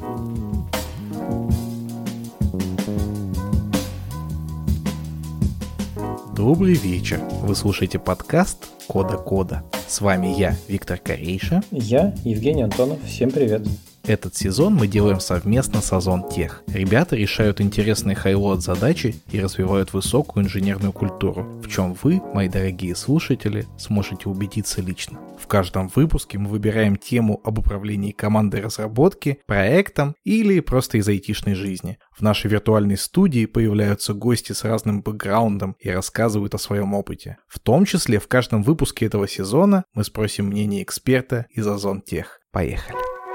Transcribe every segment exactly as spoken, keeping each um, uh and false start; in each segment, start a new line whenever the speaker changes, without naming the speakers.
Добрый вечер. Вы слушаете подкаст Кода Кода. С вами я, Виктор Корейша.
Я, Евгений Антонов. Всем привет.
Этот сезон мы делаем совместно с Озон Тех. Ребята решают интересные хай-лоад задачи и развивают высокую инженерную культуру, в чем вы, мои дорогие слушатели, сможете убедиться лично. В каждом выпуске мы выбираем тему об управлении командой разработки, проектом или просто из айтишной жизни. В нашей виртуальной студии появляются гости с разным бэкграундом и рассказывают о своем опыте. В том числе в каждом выпуске этого сезона мы спросим мнение эксперта из Озон Тех. Поехали!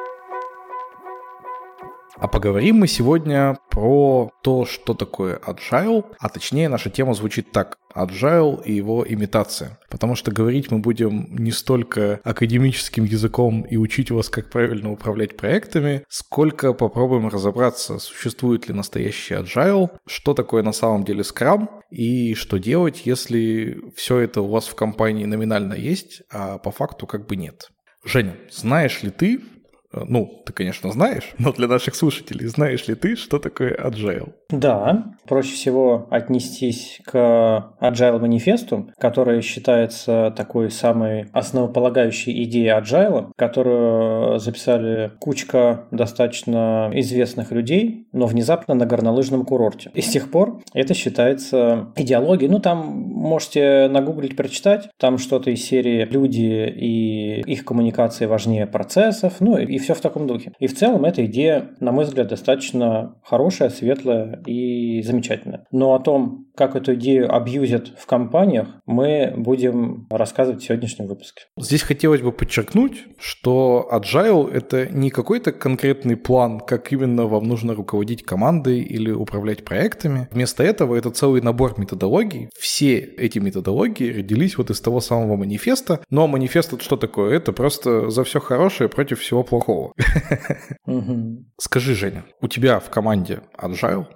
А поговорим мы сегодня про то, что такое Agile, а точнее наша тема звучит так: Agile и его имитация. Потому что говорить мы будем не столько академическим языком и учить вас, как правильно управлять проектами, сколько попробуем разобраться, существует ли настоящий Agile, что такое на самом деле Scrum и что делать, если все это у вас в компании номинально есть, а по факту как бы нет. Женя, знаешь ли ты, ну, ты, конечно, знаешь, но для наших слушателей, знаешь ли ты, что такое Agile?
Да, проще всего отнестись к Agile манифесту, который считается такой самой основополагающей идеей Agile, которую записали кучка достаточно известных людей, но внезапно на горнолыжном курорте. И с тех пор это считается идеологией. Ну, там можете нагуглить, прочитать, там что-то из серии «Люди и их коммуникации важнее процессов», ну, и все в таком духе. И в целом эта идея, на мой взгляд, достаточно хорошая, светлая и замечательная. Но о том, как эту идею абьюзят в компаниях, мы будем рассказывать в сегодняшнем выпуске.
Здесь хотелось бы подчеркнуть, что Agile — это не какой-то конкретный план, как именно вам нужно руководить командой или управлять проектами. Вместо этого это целый набор методологий. Все эти методологии родились вот из того самого манифеста. Но манифест — это что такое? Это просто за все хорошее против всего плохого.
Угу.
Скажи, Женя, у тебя в команде Agile?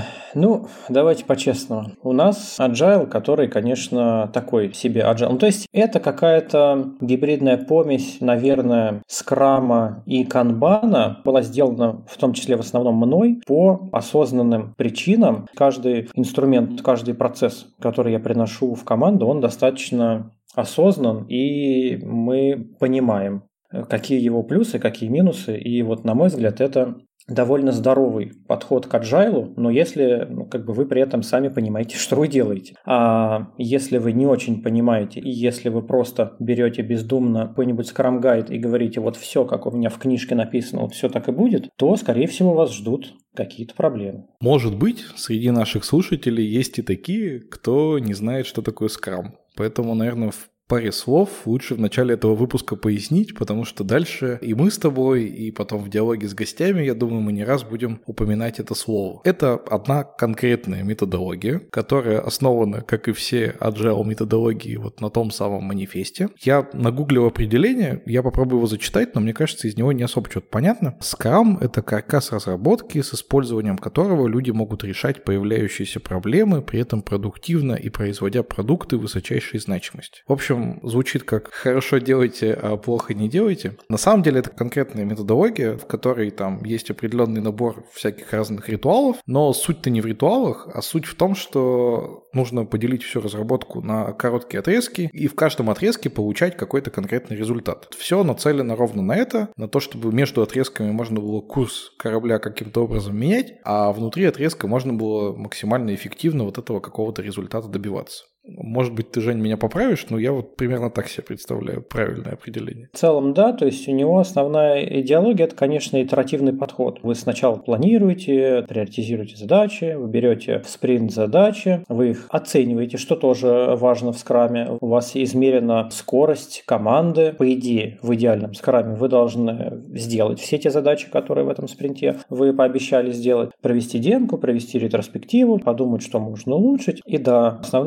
Ну, давайте по-честному. У нас Agile, который, конечно, такой себе Agile. Ну, то есть это какая-то гибридная помесь, наверное, скрама и канбана, была сделана в том числе в основном мной по осознанным причинам. Каждый инструмент, каждый процесс, который я приношу в команду, он достаточно осознан, и мы понимаем, какие его плюсы, какие минусы. И вот, на мой взгляд, это довольно здоровый подход к Agile, но если ну, как бы вы при этом сами понимаете, что вы делаете. А если вы не очень понимаете, и если вы просто берете бездумно какой-нибудь Scrum Guide и говорите, вот все, как у меня в книжке написано, вот все так и будет, то, скорее всего, вас ждут какие-то проблемы.
Может быть, среди наших слушателей есть и такие, кто не знает, что такое Scrum. Поэтому, наверное, в паре слов лучше в начале этого выпуска пояснить, потому что дальше и мы с тобой, и потом в диалоге с гостями, я думаю, мы не раз будем упоминать это слово. Это одна конкретная методология, которая основана, как и все Agile методологии, вот на том самом манифесте. Я нагуглил определение, я попробую его зачитать, но мне кажется, из него не особо что-то понятно. Scrum — это каркас разработки, с использованием которого люди могут решать появляющиеся проблемы, при этом продуктивно и производя продукты высочайшей значимости. В общем, звучит как «хорошо делайте, а плохо не делайте». На самом деле это конкретная методология, в которой там есть определенный набор всяких разных ритуалов, но суть-то не в ритуалах, а суть в том, что нужно поделить всю разработку на короткие отрезки и в каждом отрезке получать какой-то конкретный результат. Все нацелено ровно на это, на то, чтобы между отрезками можно было курс корабля каким-то образом менять, а внутри отрезка можно было максимально эффективно вот этого какого-то результата добиваться. Может быть, ты, Жень, меня поправишь, но я вот примерно так себе представляю правильное определение.
В целом, да, то есть у него основная идеология – это, конечно, итеративный подход. Вы сначала планируете, приоритизируете задачи, вы берете в спринт задачи, вы их оцениваете, что тоже важно в скраме. У вас измерена скорость команды. По идее, в идеальном скраме вы должны сделать все те задачи, которые в этом спринте вы пообещали сделать, провести демку, провести ретроспективу, подумать, что можно улучшить. И да, основная идея – это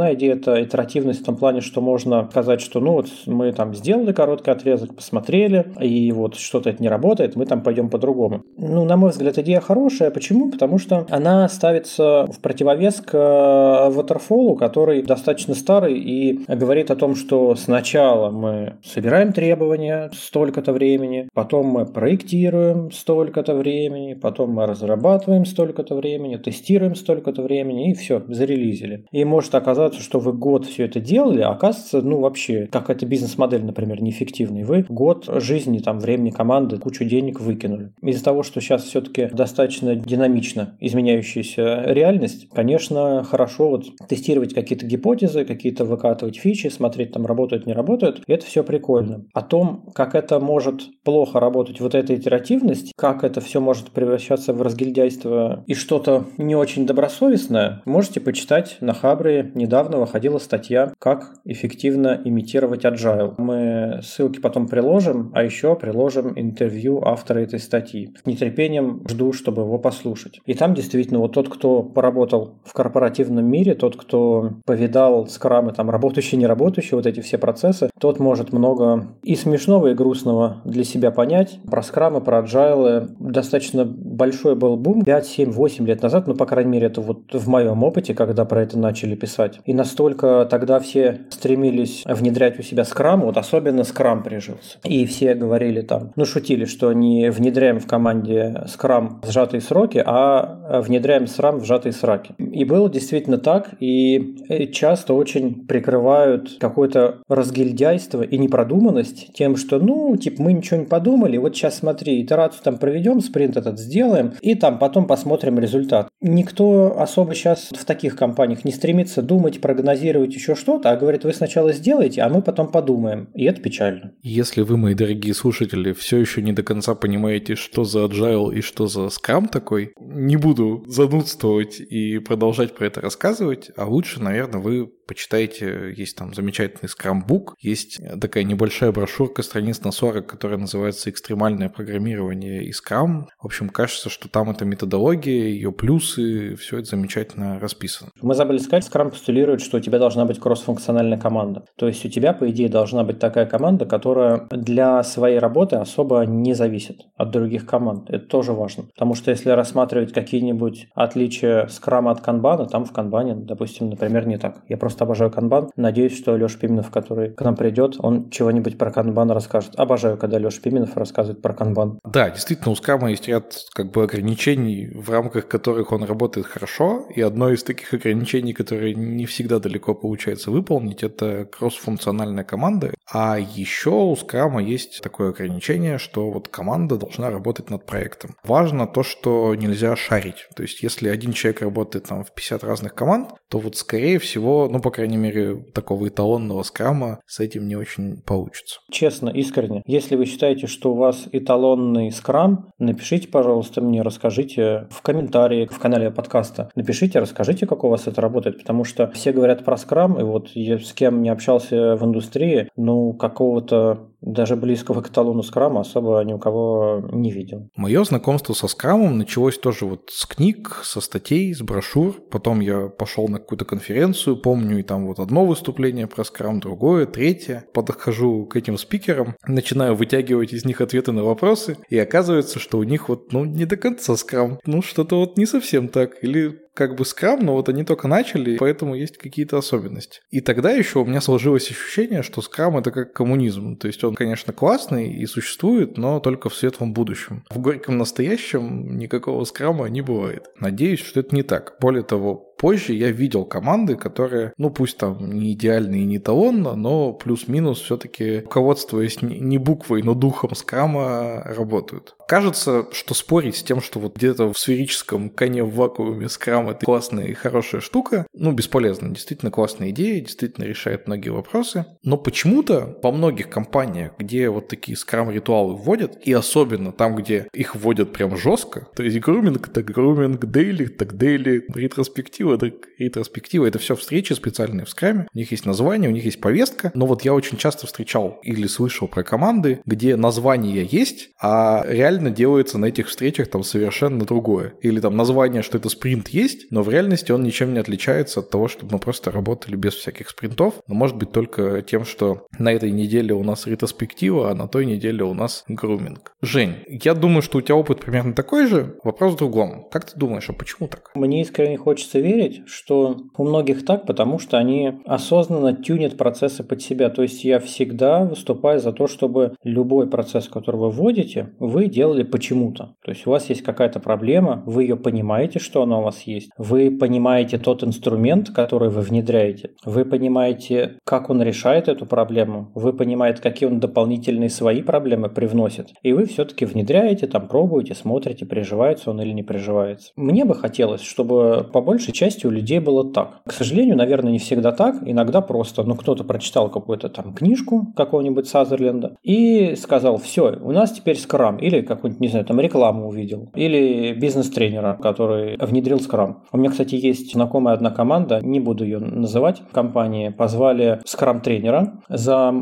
это итеративность в том плане, что можно сказать, что ну вот мы там сделали короткий отрезок, посмотрели, и вот что-то это не работает, мы там пойдем по-другому. Ну, на мой взгляд, идея хорошая. Почему? Потому что она ставится в противовес к Waterfall, который достаточно старый и говорит о том, что сначала мы собираем требования столько-то времени, потом мы проектируем столько-то времени, потом мы разрабатываем столько-то времени, тестируем столько-то времени, и все, зарелизили. И может оказаться, что вы год все это делали, а оказывается, ну вообще, какая-то бизнес-модель, например, неэффективная. Вы год жизни, там, времени команды, кучу денег выкинули. Из-за того, что сейчас все-таки достаточно динамично изменяющаяся реальность, конечно, хорошо вот тестировать какие-то гипотезы, какие-то выкатывать фичи, смотреть, там работают, не работают. Это все прикольно. О том, как это может плохо работать, вот эта итеративность, как это все может превращаться в разгильдяйство и что-то не очень добросовестное, можете почитать на Хабре. Недавно выходила статья «Как эффективно имитировать Agile». Мы ссылки потом приложим, а еще приложим интервью автора этой статьи. С нетерпением жду, чтобы его послушать. И там действительно вот тот, кто поработал в корпоративном мире, тот, кто повидал скрамы, там, работающие, не работающие, вот эти все процессы, тот может много и смешного, и грустного для себя понять. Про скрамы, про agile достаточно большой был бум пять, семь, восемь лет назад, ну, по крайней мере, это вот в моем опыте, когда про это начали писать. И настолько тогда все стремились внедрять у себя скрам, вот особенно скрам прижился. И все говорили там, ну, шутили, что не внедряем в команде скрам в сжатые сроки, а внедряем срам в сжатые сроки. И было действительно так, и часто очень прикрывают какое-то разгильдяйство и непродуманность тем, что, ну, типа, мы ничего не подумали, вот сейчас смотри, итерацию там проведем, спринт этот сделаем, и там потом посмотрим результат. Никто особо сейчас в таких компаниях не стремится думать, прогнозировать еще что-то, а говорит, вы сначала сделаете, а мы потом подумаем. И это печально.
Если вы, мои дорогие слушатели, все еще не до конца понимаете, что за agile и что за скрам такой, не буду занудствовать и продолжать про это рассказывать, а лучше, наверное, вы почитайте, есть там замечательный скрамбук, есть такая небольшая брошюрка страниц на сорок, которая называется «Экстремальное программирование и скрам». В общем, кажется, что там эта методология, ее плюсы, все это замечательно расписано.
Мы забыли сказать, скрам постулирует, что у тебя должна быть кроссфункциональная команда. То есть у тебя, по идее, должна быть такая команда, которая для своей работы особо не зависит от других команд. Это тоже важно. Потому что если рассматривать какие-нибудь отличия скрама от канбана, там в канбане, допустим, например, не так. Я просто обожаю канбан. Надеюсь, что Леша Пименов, который к нам придет, он чего-нибудь про канбан расскажет. Обожаю, когда Леша Пименов рассказывает про канбан.
Да, действительно, у скрама есть ряд как бы ограничений, в рамках которых он работает хорошо, и одно из таких ограничений, которые не всегда далеко получается выполнить, это кроссфункциональная команда. А еще у скрама есть такое ограничение, что вот команда должна работать над проектом. Важно то, что нельзя шарить. То есть, если один человек работает там в пятьдесят разных команд, то вот скорее всего, ну, по крайней мере, такого эталонного скрама с этим не очень получится.
Честно, искренне, если вы считаете, что у вас эталонный скрам, напишите, пожалуйста, мне, расскажите в комментарии в канале подкаста. Напишите, расскажите, как у вас это работает, потому что все говорят про скрам, и вот я с кем не общался в индустрии, ну, какого-то даже близкого к эталону скрама особо ни у кого не видел.
Мое знакомство со скрамом началось тоже вот с книг, со статей, с брошюр. Потом я пошел на какую-то конференцию, помню, и там вот одно выступление про скрам, другое, третье. Подхожу к этим спикерам, начинаю вытягивать из них ответы на вопросы, и оказывается, что у них вот, ну, не до конца скрам. Ну, что-то вот не совсем так. Или как бы скрам, но вот они только начали, поэтому есть какие-то особенности. И тогда еще у меня сложилось ощущение, что скрам — это как коммунизм. То есть он, конечно, классный и существует, но только в светлом будущем. В горьком настоящем никакого скрама не бывает. Надеюсь, что это не так. Более того, позже я видел команды, которые, ну пусть там не идеально и не эталонно, но плюс-минус все-таки, руководствуясь не буквой, но духом скрама, работают. Кажется, что спорить с тем, что вот где-то в сферическом коне в вакууме скрам — это классная и хорошая штука, ну бесполезно. Действительно классная идея, действительно решает многие вопросы. Но почему-то во многих компаниях, где вот такие скрам-ритуалы вводят, и особенно там, где их вводят прям жестко, то есть груминг, так груминг, дейли, так дейли, ретроспектива, так ретроспектива, это все встречи специальные в скраме, у них есть название, у них есть повестка, но вот я очень часто встречал или слышал про команды, где название есть, а реально реально делается на этих встречах там совершенно другое. Или там название, что это спринт есть, но в реальности он ничем не отличается от того, чтобы мы просто работали без всяких спринтов, но может быть только тем, что на этой неделе у нас ретроспектива, а на той неделе у нас груминг. Жень, я думаю, что у тебя опыт примерно такой же. Вопрос в другом. Как ты думаешь, а почему так?
Мне искренне хочется верить, что у многих так, потому что они осознанно тюнят процессы под себя. То есть я всегда выступаю за то, чтобы любой процесс, который вы вводите, вы делали почему-то. То есть у вас есть какая-то проблема, вы ее понимаете, что она у вас есть. Вы понимаете тот инструмент, который вы внедряете. Вы понимаете, как он решает эту проблему. Вы понимаете, какие он дополнительные свои проблемы привносит. И вы все-таки внедряете, там пробуете, смотрите, приживается он или не приживается. Мне бы хотелось, чтобы по большей части у людей было так. К сожалению, наверное, не всегда так. Иногда просто, ну, кто-то прочитал какую-то там книжку какого-нибудь Сазерленда и сказал: все, у нас теперь скрам. Или какую-нибудь, не знаю, там рекламу увидел. Или бизнес-тренера, который внедрил скрам. У меня, кстати, есть знакомая одна команда, не буду ее называть, компании, позвали скрам-тренера за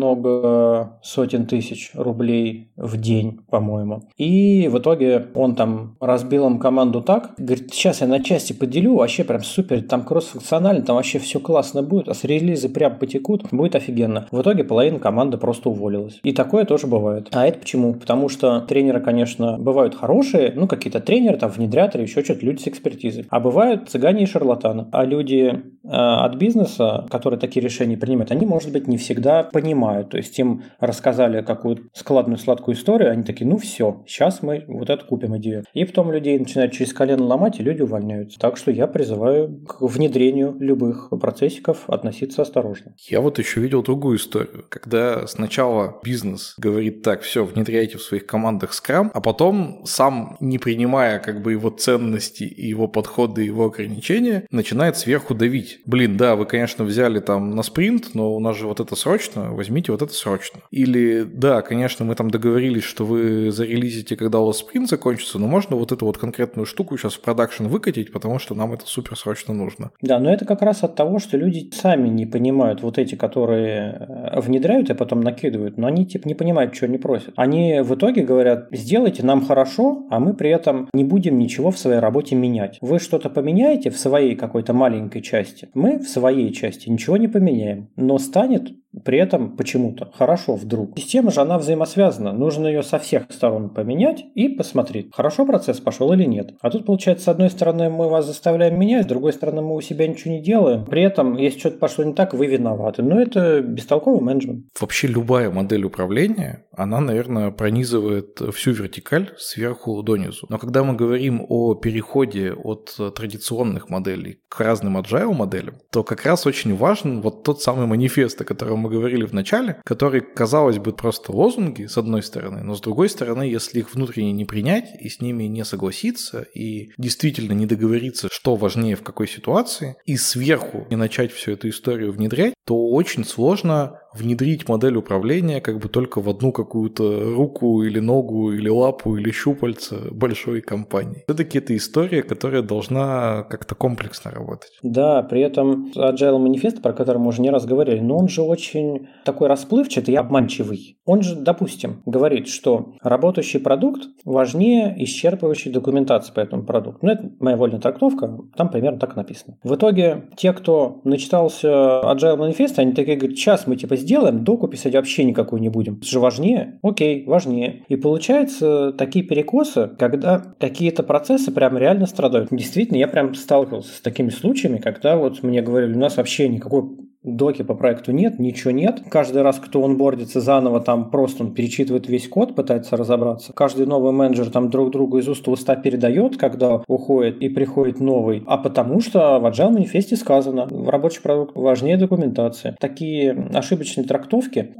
много сотен тысяч рублей в день, по-моему. И в итоге он там разбил им команду так, говорит: сейчас я на части поделю, вообще прям супер, там кросс-функционально, там вообще все классно будет, а с релизы прям потекут, будет офигенно. В итоге половина команды просто уволилась. И такое тоже бывает. А это почему? Потому что тренеры, конечно, бывают хорошие, ну, какие-то тренеры, там, внедряторы, еще что-то, люди с экспертизой. А бывают цыгане и шарлатаны. А люди э, от бизнеса, которые такие решения принимают, они, может быть, не всегда понимают. То есть им рассказали какую-то складную, сладкую историю, они такие: ну все, сейчас мы вот это купим идею. И потом людей начинают через колено ломать, и люди увольняются. Так что я призываю к внедрению любых процессиков относиться осторожно.
Я вот еще видел другую историю, когда сначала бизнес говорит: так, все, внедряйте в своих командах скрам, а потом сам, не принимая как бы его ценности, его подходы, его ограничения, начинает сверху давить. Блин, да, вы, конечно, взяли там на спринт, но у нас же вот это срочно, возьмите вот это срочно. Или, да, конечно, мы там договорились, что вы зарелизите, когда у вас спринт закончится, но можно вот эту вот конкретную штуку сейчас в продакшн выкатить, потому что нам это супер срочно нужно.
Да, но это как раз от того, что люди сами не понимают, вот эти, которые внедряют и потом накидывают, но они типа не понимают, что они просят. Они в итоге говорят: сделайте нам хорошо, а мы при этом не будем ничего в своей работе менять. Вы что-то поменяете в своей какой-то маленькой части, мы в своей части ничего не поменяем, но станет при этом почему-то хорошо вдруг. Система же, она взаимосвязана. Нужно ее со всех сторон поменять и посмотреть, хорошо процесс пошел или нет. А тут, получается, с одной стороны мы вас заставляем менять, с другой стороны мы у себя ничего не делаем. При этом, если что-то пошло не так, вы виноваты. Но это бестолковый менеджмент.
Вообще любая модель управления, она, наверное, пронизывает всю вертикаль сверху донизу. Но когда мы говорим о переходе от традиционных моделей к разным agile моделям, то как раз очень важен вот тот самый манифест, о котором мы говорили в начале, который, казалось бы, просто лозунги, с одной стороны, но с другой стороны, если их внутренне не принять и с ними не согласиться, и действительно не договориться, что важнее в какой ситуации, и сверху не начать всю эту историю внедрять, то очень сложно внедрить модель управления как бы только в одну какую-то руку или ногу, или лапу, или щупальце большой компании. Все-таки это история, которая должна как-то комплексно работать.
Да, при этом Agile манифест, про который мы уже не раз говорили, но он же очень такой расплывчатый и обманчивый. Он же, допустим, говорит, что работающий продукт важнее исчерпывающей документации по этому продукту. Ну, это моя вольная трактовка, там примерно так написано. В итоге те, кто начитался Agile манифеста, они такие говорят: сейчас мы типа сделаем, доку писать вообще никакой не будем. Это же важнее? Окей, важнее. И получается такие перекосы, когда какие-то процессы прям реально страдают. Действительно, я прям сталкивался с такими случаями, когда вот мне говорили: у нас вообще никакой доки по проекту нет, ничего нет. Каждый раз, кто онбордится заново, там просто он перечитывает весь код, пытается разобраться. Каждый новый менеджер там друг другу из уст в уста передает, когда уходит и приходит новый. А потому что в Agile манифесте сказано: в рабочий продукт важнее документации. Такие ошибочные трактовки,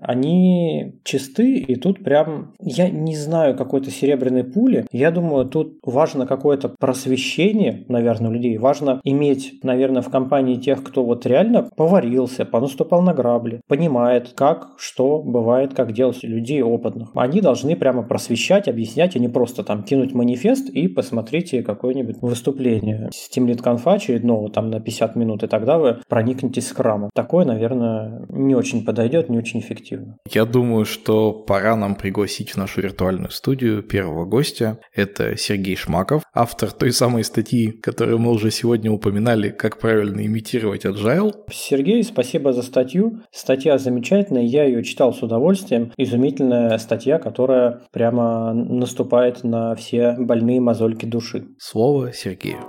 они чисты, и тут прям, я не знаю какой-то серебряной пули. Я думаю, тут важно какое-то просвещение, наверное, у людей. Важно иметь, наверное, в компании тех, кто вот реально поварился ошибился, понаступал на грабли, понимает, как, что бывает, как делать людей опытных. Они должны прямо просвещать, объяснять, а не просто там кинуть манифест и посмотрите какое-нибудь выступление с TeamLead.Conf очередного там на пятьдесят минут, и тогда вы проникнетесь скрамом. Такое, наверное, не очень подойдет, не очень эффективно.
Я думаю, что пора нам пригласить в нашу виртуальную студию первого гостя. Это Сергей Шмаков, автор той самой статьи, которую мы уже сегодня упоминали, как правильно имитировать Agile.
Сергей, спасибо за статью. Статья замечательная, я ее читал с удовольствием. Изумительная статья, которая прямо наступает на все больные мозольки души.
Слово Сергею.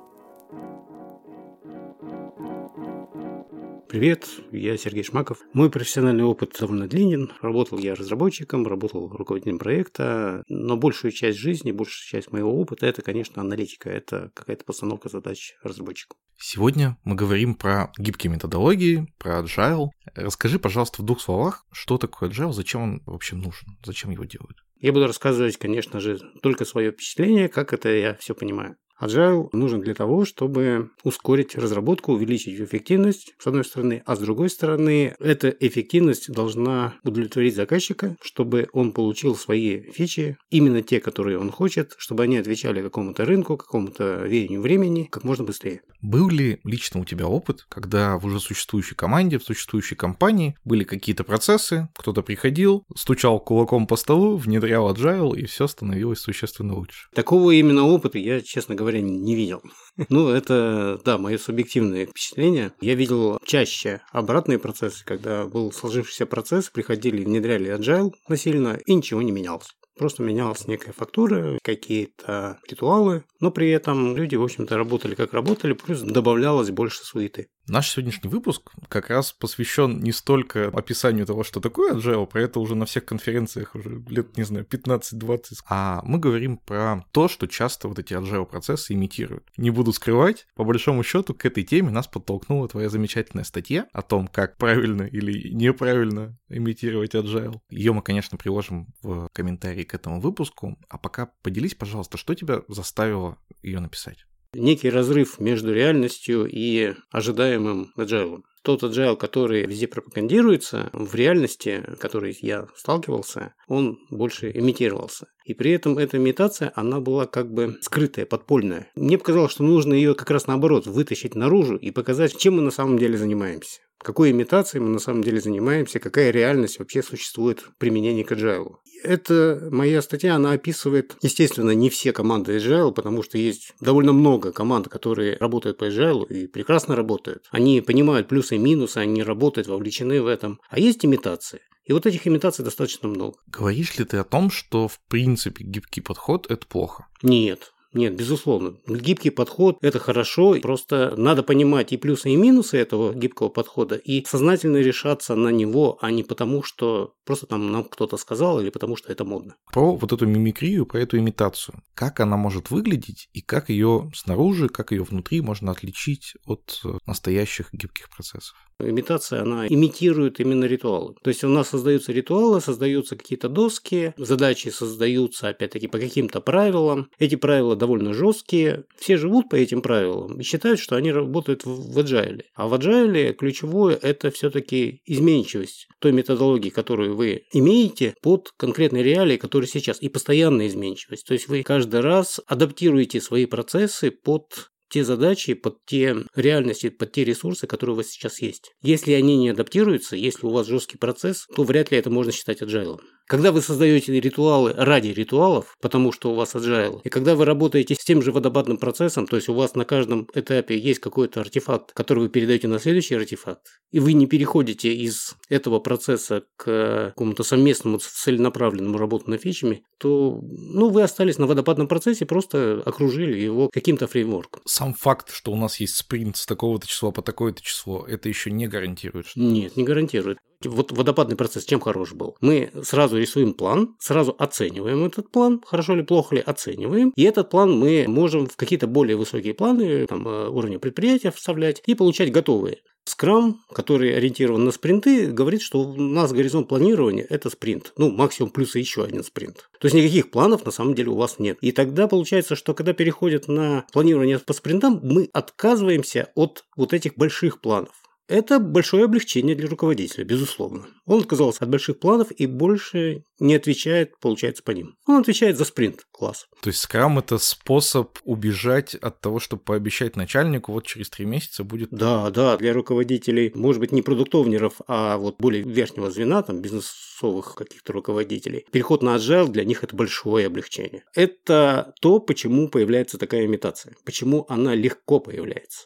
Привет, я Сергей Шмаков. Мой профессиональный опыт довольно длинен. Работал я разработчиком, работал руководителем проекта, но большую часть жизни, большую часть моего опыта – это, конечно, аналитика, это какая-то постановка задач разработчику.
Сегодня мы говорим про гибкие методологии, про Agile. Расскажи, пожалуйста, в двух словах, что такое Agile, зачем он вообще нужен, зачем его делают?
Я буду рассказывать, конечно же, только свое впечатление, как это я все понимаю. Agile нужен для того, чтобы ускорить разработку, увеличить эффективность, с одной стороны, а с другой стороны, эта эффективность должна удовлетворить заказчика, чтобы он получил свои фичи, именно те, которые он хочет, чтобы они отвечали какому-то рынку, какому-то веянию времени как можно быстрее.
Был ли лично у тебя опыт, когда в уже существующей команде, в существующей компании были какие-то процессы, кто-то приходил, стучал кулаком по столу, внедрял Agile, и все становилось существенно лучше?
Такого именно опыта я, честно говоря, не видел. Ну, это, да, мое субъективное впечатление. Я видел чаще обратные процессы, когда был сложившийся процесс, приходили, внедряли Agile насильно, и ничего не менялось. Просто менялась некая фактура, какие-то ритуалы, но при этом люди, в общем-то, работали как работали, плюс добавлялось больше суеты.
Наш сегодняшний выпуск как раз посвящен не столько описанию того, что такое Agile, про это уже на всех конференциях уже лет, не знаю, пятнадцать-двадцать, а мы говорим про то, что часто вот эти Agile-процессы имитируют. Не буду скрывать, по большому счету к этой теме нас подтолкнула твоя замечательная статья о том, как правильно или неправильно имитировать Agile. Ее мы, конечно, приложим в комментарии к этому выпуску, а пока поделись, пожалуйста, что тебя заставило ее написать?
Некий разрыв между реальностью и ожидаемым Agile. Тот Agile, который везде пропагандируется, в реальности, с которой я сталкивался, он больше имитировался. И при этом эта имитация, она была как бы скрытая, подпольная. Мне показалось, что нужно ее как раз наоборот вытащить наружу и показать, чем мы на самом деле занимаемся. Какой имитацией мы на самом деле занимаемся, какая реальность вообще существует в применении к Agile. Эта моя статья, она описывает, естественно, не все команды Agile, потому что есть довольно много команд, которые работают по Agile и прекрасно работают. Они понимают плюсы и минусы, они работают, вовлечены в этом. А есть имитации. И вот этих имитаций достаточно много.
Говоришь ли ты о том, что в принципе гибкий подход – это плохо?
Нет. Нет, безусловно. Гибкий подход – это хорошо, просто надо понимать и плюсы, и минусы этого гибкого подхода, и сознательно решаться на него, а не потому, что просто там нам кто-то сказал, или потому, что это модно.
Про вот эту мимикрию, про эту имитацию. Как она может выглядеть, и как ее снаружи, как ее внутри можно отличить от настоящих гибких процессов?
Имитация, она имитирует именно ритуалы. То есть у нас создаются ритуалы, создаются какие-то доски, задачи создаются, опять-таки, по каким-то правилам. Эти правила довольно жесткие. Все живут по этим правилам и считают, что они работают в Agile. А в Agile ключевое – это все-таки изменчивость той методологии, которую вы имеете под конкретные реалии, которые сейчас, и постоянная изменчивость. То есть вы каждый раз адаптируете свои процессы под те задачи, под те реальности, под те ресурсы, которые у вас сейчас есть. Если они не адаптируются, если у вас жесткий процесс, то вряд ли это можно считать agile. Когда вы создаете ритуалы ради ритуалов, потому что у вас agile, и когда вы работаете с тем же водопадным процессом, то есть у вас на каждом этапе есть какой-то артефакт, который вы передаете на следующий артефакт, и вы не переходите из этого процесса к какому-то совместному целенаправленному работе над фичами, то ну, вы остались на водопадном процессе, просто окружили его каким-то фреймворком.
Сам факт, что у нас есть спринт с такого-то числа по такое-то число, это еще не гарантирует? Что...
Нет, не гарантирует. Вот водопадный процесс чем хорош был? Мы сразу рисуем план, сразу оцениваем этот план, хорошо ли, плохо ли, оцениваем. И этот план мы можем в какие-то более высокие планы, там, уровня предприятия вставлять и получать готовые. Скрам, который ориентирован на спринты, говорит, что у нас горизонт планирования – это спринт. Ну, максимум плюс еще один спринт. То есть никаких планов на самом деле у вас нет. И тогда получается, что когда переходят на планирование по спринтам, мы отказываемся от вот этих больших планов. Это большое облегчение для руководителя, безусловно. Он отказался от больших планов и больше не отвечает, получается, по ним. Он отвечает за спринт. Класс.
То есть скрам – это способ убежать от того, чтобы пообещать начальнику, вот через три месяца будет…
Да, да, для руководителей, может быть, не продуктовнеров, а вот более верхнего звена, там, бизнесовых каких-то руководителей. Переход на Agile для них – это большое облегчение. Это то, почему появляется такая имитация, почему она легко появляется.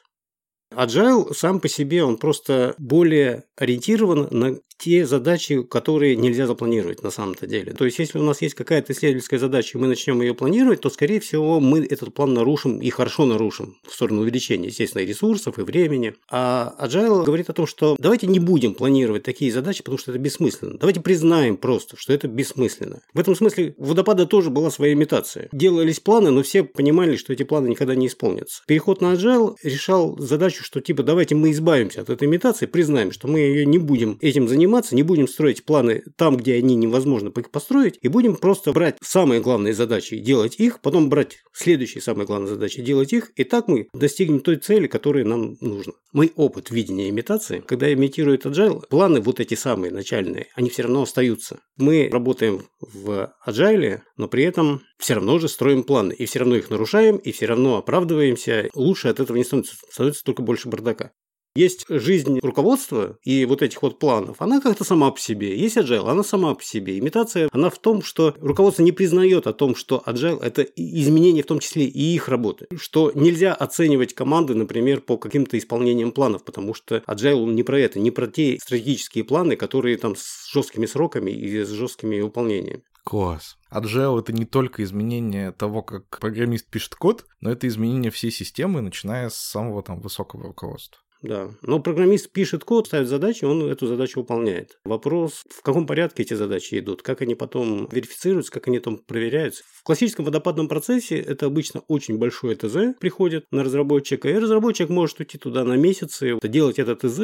Agile сам по себе, он просто более ориентирован на те задачи, которые нельзя запланировать на самом-то деле. То есть, если у нас есть какая-то исследовательская задача, и мы начнем ее планировать, то, скорее всего, мы этот план нарушим и хорошо нарушим в сторону увеличения, естественно, и ресурсов, и времени. А Agile говорит о том, что давайте не будем планировать такие задачи, потому что это бессмысленно. Давайте признаем просто, что это бессмысленно. В этом смысле у водопада тоже была своя имитация. Делались планы, но все понимали, что эти планы никогда не исполнятся. Переход на Agile решал задачу, что типа давайте мы избавимся от этой имитации, признаем, что мы ее не будем этим заниматься, не будем строить планы там, где они невозможно построить, и будем просто брать самые главные задачи и делать их, потом брать следующие самые главные задачи и делать их, и так мы достигнем той цели, которая нам нужна. Мой опыт видения имитации, когда имитирует Agile, планы вот эти самые начальные, они все равно остаются. Мы работаем в Agile, но при этом все равно же строим планы, и все равно их нарушаем, и все равно оправдываемся. Лучше от этого не становится, становится только больше бардака. Есть жизнь руководства и вот этих вот планов, она как-то сама по себе. Есть Agile, она сама по себе. Имитация, она в том, что руководство не признает о том, что Agile – это изменение в том числе и их работы. Что нельзя оценивать команды, например, по каким-то исполнениям планов, потому что Agile он не про это, не про те стратегические планы, которые там с жесткими сроками и с жесткими выполнениями.
Класс. Agile – это не только изменение того, как программист пишет код, но это изменение всей системы, начиная с самого там высокого руководства.
Да, но программист пишет код, ставит задачи, он эту задачу выполняет. Вопрос, в каком порядке эти задачи идут, как они потом верифицируются, как они там проверяются. В классическом водопадном процессе это обычно очень большое ТЗ приходит на разработчика, и разработчик может уйти туда на месяцы, делать это ТЗ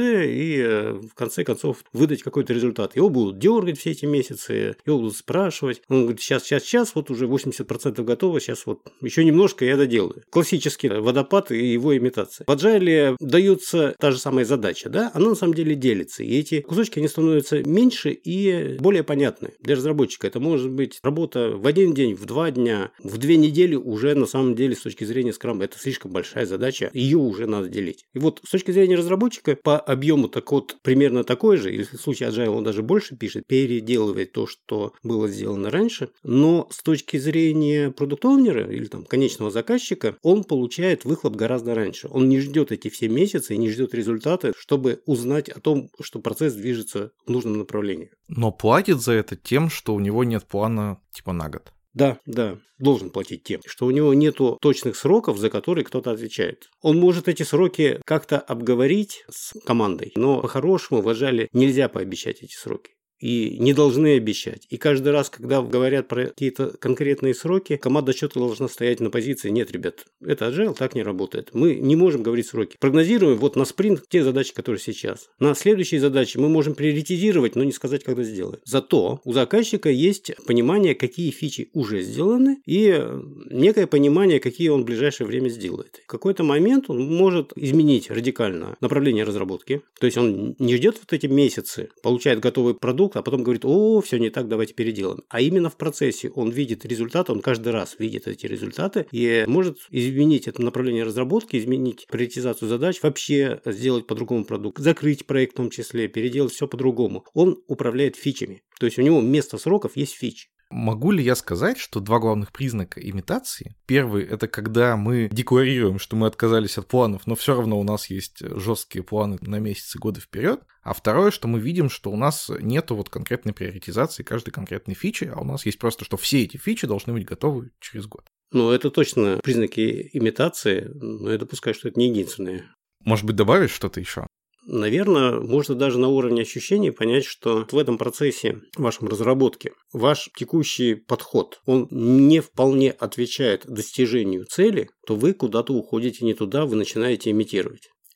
и в конце концов выдать какой-то результат. Его будут дергать все эти месяцы, его будут спрашивать. Он говорит, сейчас, сейчас, сейчас, вот уже восемьдесят процентов готово, сейчас вот еще немножко я доделаю. Классический водопад и его имитация. В Agile даются та же самая задача, да, она на самом деле делится. И эти кусочки, они становятся меньше и более понятны для разработчика. Это может быть работа в один день, в два дня, в две недели уже на самом деле с точки зрения скрама это слишком большая задача, ее уже надо делить. И вот с точки зрения разработчика по объему-то код примерно такой же, или в случае Agile он даже больше пишет, переделывает то, что было сделано раньше, но с точки зрения продукт-оунера или там конечного заказчика, он получает выхлоп гораздо раньше. Он не ждет эти все месяцы и не ждет результаты, чтобы узнать о том, что процесс движется в нужном направлении.
Но платит за это тем, что у него нет плана типа на год.
Да, да, должен платить тем, что у него нету точных сроков, за которые кто-то отвечает. Он может эти сроки как-то обговорить с командой, но по-хорошему в Agile нельзя пообещать эти сроки. И не должны обещать. И каждый раз, когда говорят про какие-то конкретные сроки, команда отчета должна стоять на позиции. Нет, ребят, это Agile так не работает. Мы не можем говорить сроки. Прогнозируем вот на спринт те задачи, которые сейчас. На следующие задачи мы можем приоритизировать, но не сказать, когда сделаем. Зато у заказчика есть понимание, какие фичи уже сделаны, и некое понимание, какие он в ближайшее время сделает. В какой-то момент он может изменить радикально направление разработки. То есть он не ждет вот эти месяцы, получает готовый продукт, а потом говорит, о, все не так, давайте переделаем. А именно в процессе он видит результаты, он каждый раз видит эти результаты и может изменить это направление разработки, изменить приоритизацию задач, вообще сделать по-другому продукт, закрыть проект в том числе, переделать все по-другому. Он управляет фичами. То есть у него вместо сроков есть фичи.
Могу ли я сказать, что два главных признака имитации? Первый — это когда мы декларируем, что мы отказались от планов, но все равно у нас есть жесткие планы на месяцы, годы вперед. А второе, что мы видим, что у нас нету вот конкретной приоритизации каждой конкретной фичи, а у нас есть просто, что все эти фичи должны быть готовы через год.
Ну, это точно признаки имитации, но я допускаю, что это не единственные.
Может быть, добавить что-то еще?
Наверное, можно даже на уровне ощущений понять, что в этом процессе вашей разработки ваш текущий подход, он не вполне отвечает достижению цели, то вы куда-то уходите не туда, вы начинаете имитировать.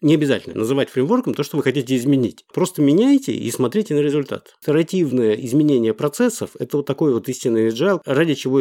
Не обязательно называть фреймворком то, что вы хотите изменить. Просто меняйте и смотрите на результат. Итеративное изменение процессов – это вот такой вот истинный agile, ради чего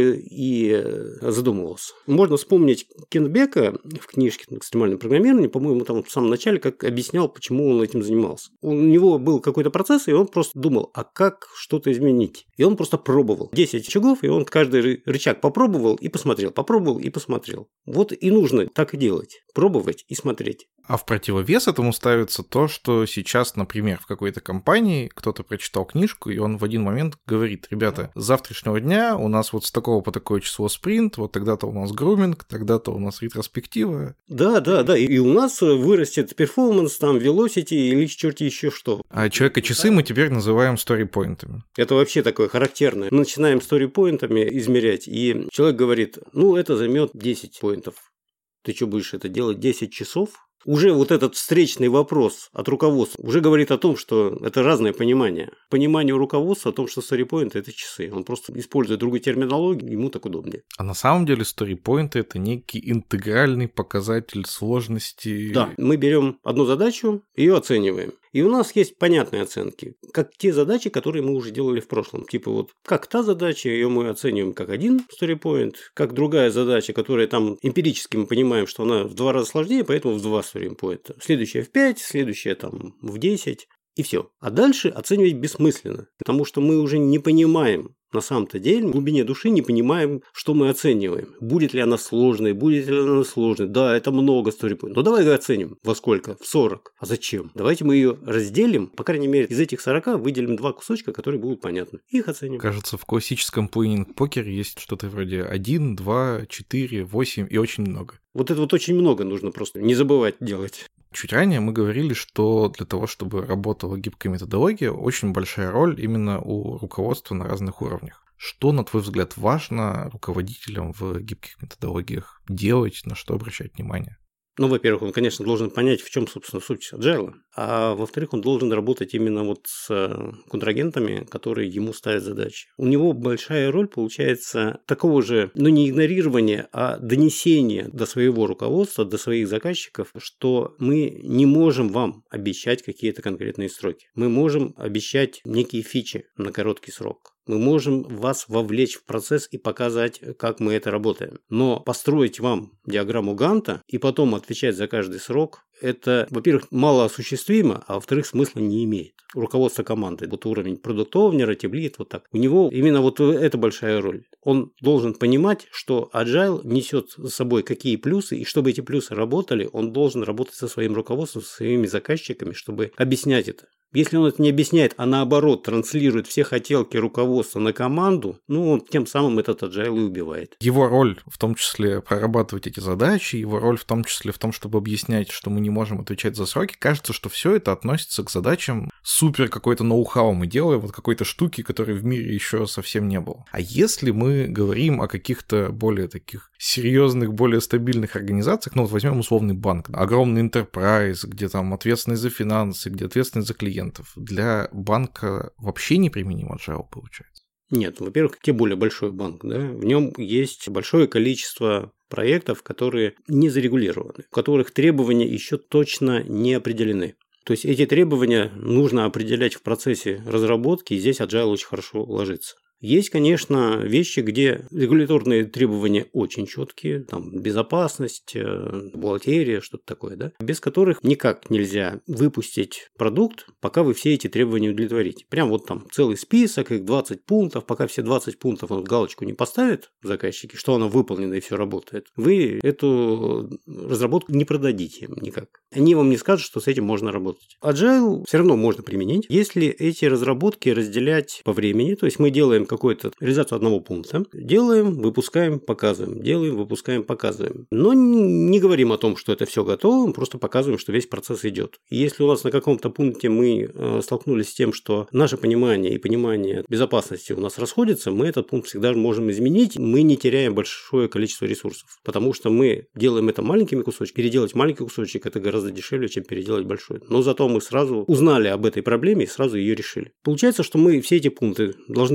и задумывался. Можно вспомнить Кенбека в книжке «Экстремальное программирование», по-моему, там в самом начале, как объяснял, почему он этим занимался. У него был какой-то процесс, и он просто думал, а как что-то изменить? И он просто пробовал. десять очагов, и он каждый рычаг попробовал и посмотрел, попробовал и посмотрел. Вот и нужно так и делать. Пробовать и смотреть.
А в противовес этому ставится то, что сейчас, например, в какой-то компании кто-то прочитал книжку, и он в один момент говорит: ребята, с завтрашнего дня у нас вот с такого по такое число спринт, вот тогда-то у нас груминг, тогда-то у нас ретроспектива.
Да, да, да, и у нас вырастет перформанс, там, velocity или черти еще что.
А человека-часы мы теперь называем сторипоинтами.
Это вообще такое характерное. Мы начинаем сторипоинтами измерять, и человек говорит: ну, это займет десять поинтов. Ты что, будешь это делать десять часов? Уже вот этот встречный вопрос от руководства уже говорит о том, что это разное понимание. Понимание у руководства о том, что сторипоинты – это часы. Он просто использует другую терминологию, ему так удобнее.
А на самом деле сторипоинты – это некий интегральный показатель сложности.
Да, мы берем одну задачу, ее оцениваем. И у нас есть понятные оценки, как те задачи, которые мы уже делали в прошлом. Типа вот как та задача, ее мы оцениваем как один story-point, как другая задача, которая там эмпирически мы понимаем, что она в два раза сложнее, поэтому в два story-point. Следующая в пять, следующая там в десять. И все. А дальше оценивать бессмысленно, потому что мы уже не понимаем, на самом-то деле, в глубине души не понимаем, что мы оцениваем. Будет ли она сложной, будет ли она сложной. Да, это много story-point. Но давай оценим. Во сколько? В сорок. А зачем? Давайте мы ее разделим. По крайней мере, из этих сорока выделим два кусочка, которые будут понятны. Их оценим.
Кажется, в классическом плейнинг-покере есть что-то вроде один, два, четыре, восемь и очень много.
Вот это вот очень много нужно просто не забывать делать.
Чуть ранее мы говорили, что для того, чтобы работала гибкая методология, очень большая роль именно у руководства на разных уровнях. Что, на твой взгляд, важно руководителям в гибких методологиях делать, на что обращать внимание?
Ну, во-первых, он, конечно, должен понять, в чем, собственно, суть agile, а во-вторых, он должен работать именно вот с контрагентами, которые ему ставят задачи. У него большая роль получается такого же, ну, не игнорирования, а донесения до своего руководства, до своих заказчиков, что мы не можем вам обещать какие-то конкретные сроки. Мы можем обещать некие фичи на короткий срок. Мы можем вас вовлечь в процесс и показать, как мы это работаем. Но построить вам диаграмму Ганта и потом отвечать за каждый срок, это, во-первых, малоосуществимо, а во-вторых, смысла не имеет. Руководство команды, вот уровень продукт-овнера, тимлид, вот так. У него именно вот это большая роль. Он должен понимать, что agile несет за собой какие плюсы, и чтобы эти плюсы работали, он должен работать со своим руководством, со своими заказчиками, чтобы объяснять это. Если он это не объясняет, а наоборот транслирует все хотелки руководства на команду, ну, он тем самым этот agile и убивает.
Его роль в том числе прорабатывать эти задачи, его роль в том числе в том, чтобы объяснять, что мы не можем отвечать за сроки. Кажется, что все это относится к задачам супер какой-то ноу-хау мы делаем, вот какой-то штуки, которой в мире еще совсем не было. А если мы говорим о каких-то более таких серьезных, более стабильных организациях, ну вот возьмем условный банк, огромный enterprise, где там ответственность за финансы, где ответственность за клиентов, для банка вообще неприменим agile получается?
Нет, во-первых, тем более большой банк, да, в нем есть большое количество проектов, которые не зарегулированы, у которых требования еще точно не определены. То есть эти требования нужно определять в процессе разработки, и здесь agile очень хорошо ложится. Есть, конечно, вещи, где регуляторные требования очень четкие, там безопасность, бухгалтерия, что-то такое, да, без которых никак нельзя выпустить продукт, пока вы все эти требования удовлетворите. Прям вот там целый список, их двадцать пунктов, пока все двадцать пунктов он галочку не поставит заказчики, что оно выполнено и все работает, вы эту разработку не продадите никак. Они вам не скажут, что с этим можно работать. Agile все равно можно применить, если эти разработки разделять по времени, то есть мы делаем какую-то реализацию одного пункта, делаем, выпускаем, показываем, делаем, выпускаем, показываем. Но не говорим о том, что это все готово, просто показываем, что весь процесс идет. И если у нас на каком-то пункте мы столкнулись с тем, что наше понимание и понимание безопасности у нас расходятся, мы этот пункт всегда можем изменить, мы не теряем большое количество ресурсов, потому что мы делаем это маленькими кусочками. Переделать маленький кусочек – это гораздо дешевле, чем переделать большой. Но зато мы сразу узнали об этой проблеме и сразу ее решили. Получается, что мы все эти пункты должны сделать,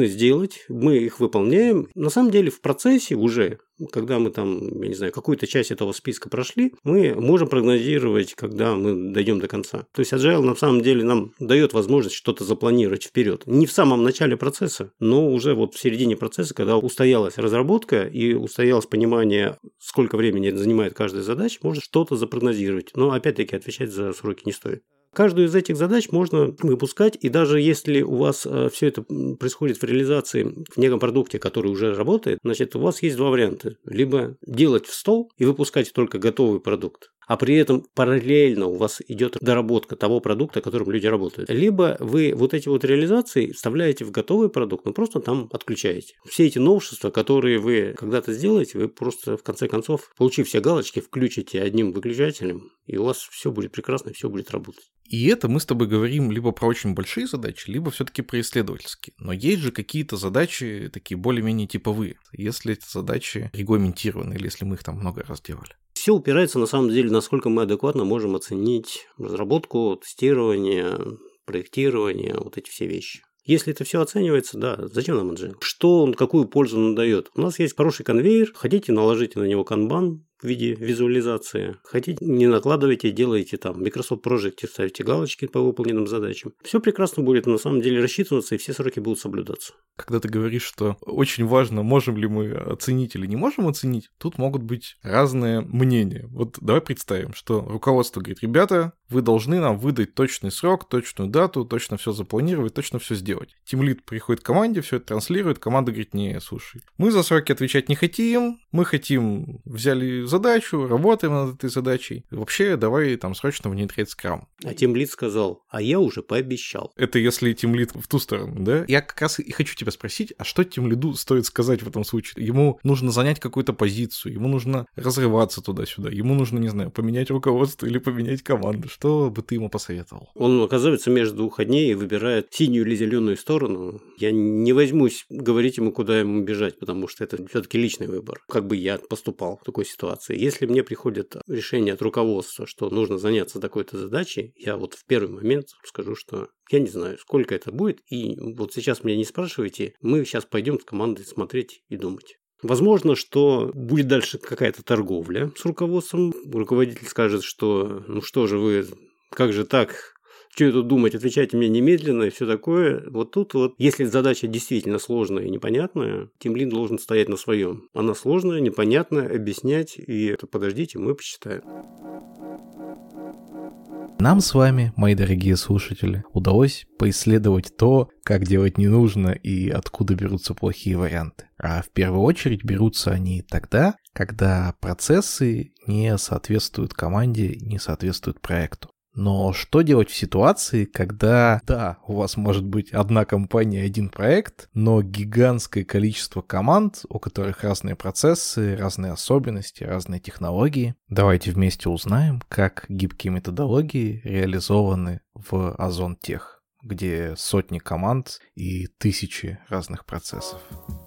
делать, мы их выполняем. На самом деле в процессе уже, когда мы там, я не знаю, какую-то часть этого списка прошли, мы можем прогнозировать, когда мы дойдем до конца. То есть Agile на самом деле нам дает возможность что-то запланировать вперед. Не в самом начале процесса, но уже вот в середине процесса, когда устоялась разработка и устоялось понимание, сколько времени занимает каждая задача, можно что-то запрогнозировать. Но опять-таки отвечать за сроки не стоит. Каждую из этих задач можно выпускать, и даже если у вас все это происходит в реализации в неком продукте, который уже работает, значит, у вас есть два варианта. Либо делать в стол и выпускать только готовый продукт, а при этом параллельно у вас идет доработка того продукта, которым люди работают. Либо вы вот эти вот реализации вставляете в готовый продукт, но просто там отключаете. Все эти новшества, которые вы когда-то сделаете, вы просто в конце концов, получив все галочки, включите одним выключателем, и у вас все будет прекрасно, все будет работать.
И это мы с тобой говорим либо про очень большие задачи, либо все-таки про исследовательские. Но есть же какие-то задачи такие более-менее типовые, если эти задачи регламентированы, или если мы их там много раз делали.
Все упирается на самом деле, насколько мы адекватно можем оценить разработку, тестирование, проектирование, вот эти все вещи. Если это все оценивается, да, зачем нам Agile? Что он, какую пользу он дает? У нас есть хороший конвейер, хотите, наложите на него канбан в виде визуализации. Хотите, не накладывайте, делайте там Microsoft Project, ставите галочки по выполненным задачам. Все прекрасно будет на самом деле рассчитываться, и все сроки будут соблюдаться.
Когда ты говоришь, что очень важно, можем ли мы оценить или не можем оценить, тут могут быть разные мнения. Вот давай представим, что руководство говорит: ребята, вы должны нам выдать точный срок, точную дату, точно все запланировать, точно все сделать. Тимлид приходит к команде, все это транслирует, команда говорит: не, слушай, мы за сроки отвечать не хотим, мы хотим, взяли задачу, работаем над этой задачей. Вообще, давай там срочно внедрять скрам.
А тимлид сказал: а я уже пообещал.
Это если тимлид в ту сторону, да? Я как раз и хочу тебя спросить, а что тимлиду стоит сказать в этом случае? Ему нужно занять какую-то позицию, ему нужно разрываться туда-сюда, ему нужно, не знаю, поменять руководство или поменять команду. Что бы ты ему посоветовал?
Он оказывается между двух огней и выбирает синюю или зеленую сторону. Я не возьмусь говорить ему, куда ему бежать, потому что это все-таки личный выбор. Как бы я поступал в такой ситуации. Если мне приходит решение от руководства, что нужно заняться такой-то задачей, я вот в первый момент скажу, что я не знаю, сколько это будет, и вот сейчас меня не спрашивайте, мы сейчас пойдем с командой смотреть и думать. Возможно, что будет дальше какая-то торговля с руководством. Руководитель скажет, что ну что же вы, как же так, что я тут думать, отвечайте мне немедленно и все такое. Вот тут вот, если задача действительно сложная и непонятная, тимлид должен стоять на своем. Она сложная, непонятная, объяснять, и это подождите, мы посчитаем.
Нам с вами, мои дорогие слушатели, удалось поисследовать то, как делать не нужно и откуда берутся плохие варианты. А в первую очередь берутся они тогда, когда процессы не соответствуют команде, не соответствуют проекту. Но что делать в ситуации, когда, да, у вас может быть одна компания, один проект, но гигантское количество команд, у которых разные процессы, разные особенности, разные технологии? Давайте вместе узнаем, как гибкие методологии реализованы в Озон Тех, где сотни команд и тысячи разных процессов.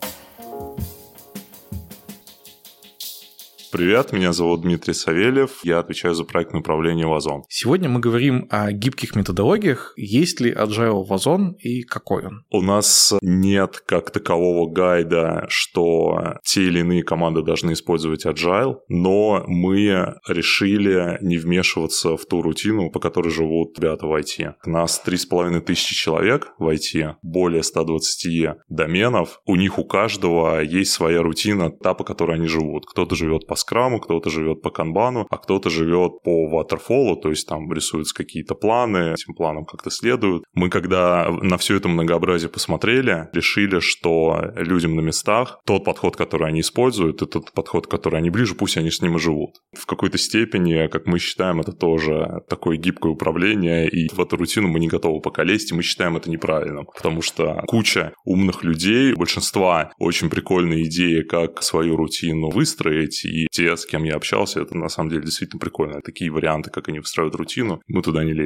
Привет, меня зовут Дмитрий Савельев, я отвечаю за проектное управление в Озон.
Сегодня мы говорим о гибких методологиях. Есть ли Agile в Озон и какой он?
У нас нет как такового гайда, что те или иные команды должны использовать Agile, но мы решили не вмешиваться в ту рутину, по которой живут ребята в ай ти. У нас три с половиной тысячи человек в ай ти, более ста двадцати доменов. У них у каждого есть своя рутина, та, по которой они живут. Кто-то живет по скраму, кто-то живет по канбану, а кто-то живет по ватерфолу, то есть там рисуются какие-то планы, этим планам как-то следуют. Мы когда на все это многообразие посмотрели, решили, что людям на местах тот подход, который они используют, и тот подход, который они ближе, пусть они с ним и живут. В какой-то степени, как мы считаем, это тоже такое гибкое управление, и в эту рутину мы не готовы пока лезть, и мы считаем это неправильным, потому что куча умных людей, у большинства очень прикольные идеи, как свою рутину выстроить, и те, с кем я общался, это на самом деле действительно прикольно. Такие варианты, как они выстраивают рутину, мы туда не лезем.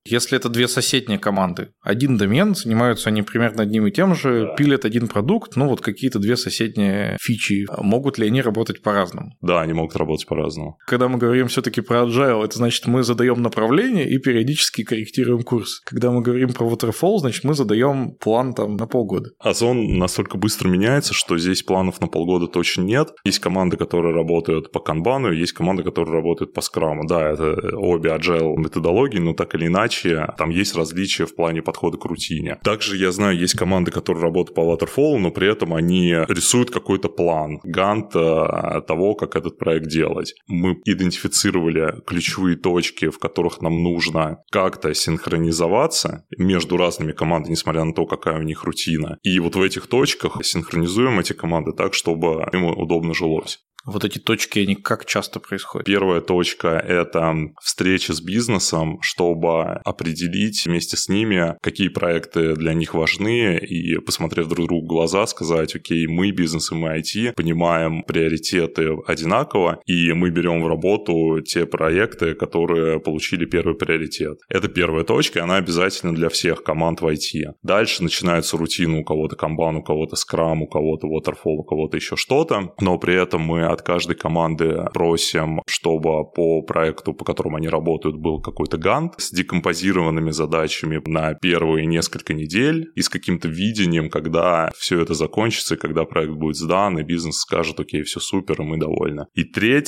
Если это две соседние команды, один домен, занимаются они примерно одним и тем же, пилят один продукт, ну вот какие-то две соседние фичи, могут ли они работать по-разному?
Да, они могут работать по-разному.
Когда мы говорим все-таки про agile, это значит, мы задаем направление и периодически корректируем курс. Когда мы говорим про waterfall, значит, мы задаем план там на полгода.
Озон настолько быстро меняется, что здесь планов на полгода точно нет. Есть команды, которые работают по канбану, есть команды, которые работают по скраму. Да, это обе agile методологии, но так или иначе там есть различия в плане подхода к рутине. Также я знаю, есть команды, которые работают по waterfall, но при этом они рисуют какой-то план, гант того, как этот проект делать. Мы идентифицировали ключевые точки, в которых нам нужно как-то синхронизоваться между разными командами, несмотря на то, какая у них рутина. И вот в этих точках синхронизуем эти команды так, чтобы им удобно жилось.
Вот эти точки, они как часто происходят?
Первая точка – это встреча с бизнесом, чтобы определить вместе с ними, какие проекты для них важны, и, посмотрев друг другу в глаза, сказать: окей, мы, бизнес и мы, ай ти, понимаем приоритеты одинаково, и мы берем в работу те проекты, которые получили первый приоритет. Это первая точка, и она обязательно для всех команд в ай ти. Дальше начинается рутина: у кого-то канбан, у кого-то скрам, у кого-то waterfall, у кого-то еще что-то, но при этом мы от каждой команды просим, чтобы по проекту, по которому они работают, был какой-то гант с декомпозированными задачами на первые несколько недель и с каким-то видением, когда все это закончится, когда проект будет сдан, и бизнес скажет: окей, все супер, и мы довольны. И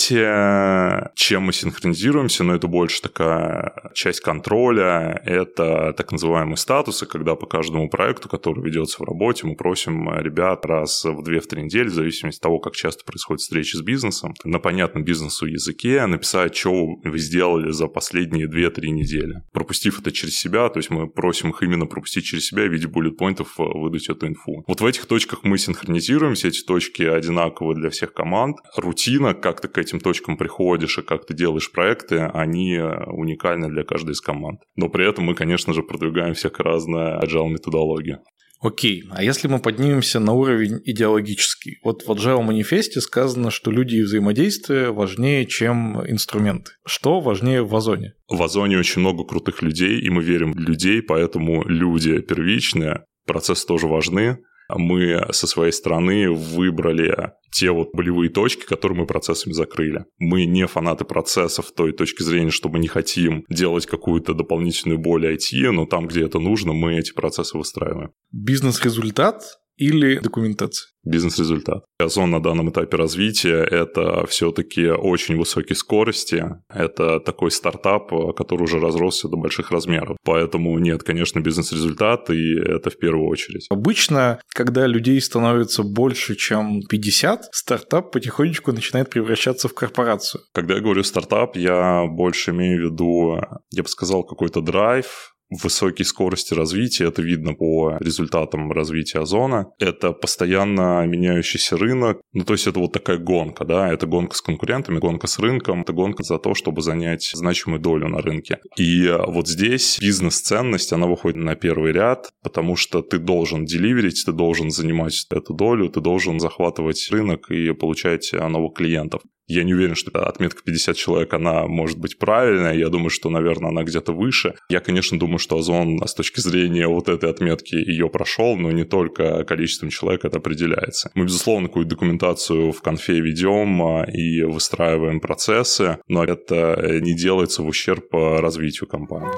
третье, чем мы синхронизируемся, но это больше такая часть контроля, это так называемые статусы, когда по каждому проекту, который ведется в работе, мы просим ребят раз в две-три недели, в зависимости от того, как часто происходит встреча с бизнесом, на понятном бизнесу языке написать, что вы сделали за последние две-три недели. Пропустив это через себя, то есть мы просим их именно пропустить через себя и в виде буллет-поинтов выдать эту инфу. Вот в этих точках мы синхронизируемся, эти точки одинаковые для всех команд. Рутина, как ты к этим точкам приходишь и как ты делаешь проекты, они уникальны для каждой из команд. Но при этом мы, конечно же, продвигаем всякие разные agile методологии.
Окей, а если мы поднимемся на уровень идеологический? Вот в Agile манифесте сказано, что люди и взаимодействие важнее, чем инструменты. Что важнее в Озоне?
В Озоне очень много крутых людей, и мы верим в людей, поэтому люди первичные, процессы тоже важны. Мы со своей стороны выбрали те вот болевые точки, которые мы процессами закрыли. Мы не фанаты процессов в той точки зрения, что мы не хотим делать какую-то дополнительную боль ай ти, но там, где это нужно, мы эти процессы выстраиваем.
Бизнес-результат или документация?
Бизнес-результат. Озон на данном этапе развития – это все-таки очень высокие скорости. Это такой стартап, который уже разросся до больших размеров. Поэтому нет, конечно, бизнес-результат, и это в первую очередь.
Обычно, когда людей становится больше, чем пятьдесят, стартап потихонечку начинает превращаться в корпорацию.
Когда я говорю стартап, я больше имею в виду, я бы сказал, какой-то драйв, высокие скорости развития, это видно по результатам развития Озона. Это постоянно меняющийся рынок. Ну, то есть это вот такая гонка, да, это гонка с конкурентами, гонка с рынком, это гонка за то, чтобы занять значимую долю на рынке. И вот здесь бизнес-ценность, она выходит на первый ряд, потому что ты должен деливерить, ты должен занимать эту долю, ты должен захватывать рынок и получать новых клиентов. Я не уверен, что отметка пятьдесят человек, она может быть правильная. Я думаю, что, наверное, она где-то выше. Я, конечно, думаю, что Озон с точки зрения вот этой отметки ее прошел, но не только количеством человек это определяется. Мы, безусловно, какую-то документацию в конфе ведем и выстраиваем процессы, но это не делается в ущерб развитию компании.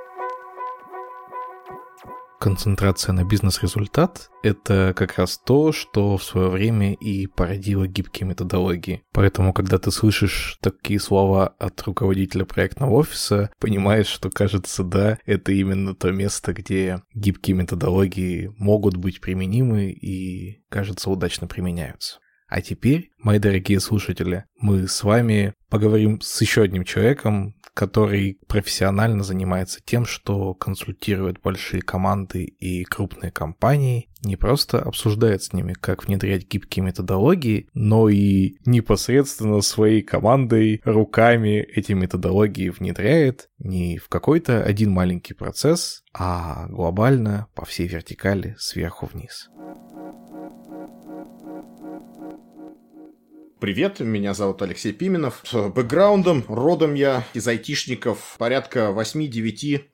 Концентрация на бизнес-результат – это как раз то, что в свое время и породило гибкие методологии. Поэтому, когда ты слышишь такие слова от руководителя проектного офиса, понимаешь, что, кажется, да, это именно то место, где гибкие методологии могут быть применимы и, кажется, удачно применяются. А теперь, мои дорогие слушатели, мы с вами поговорим с еще одним человеком, который профессионально занимается тем, что консультирует большие команды и крупные компании, не просто обсуждает с ними, как внедрять гибкие методологии, но и непосредственно своей командой, руками эти методологии внедряет не в какой-то один маленький процесс, а глобально по всей вертикали сверху вниз.
Привет, меня зовут Алексей Пименов. С бэкграундом, родом я из айтишников, порядка восемь-девять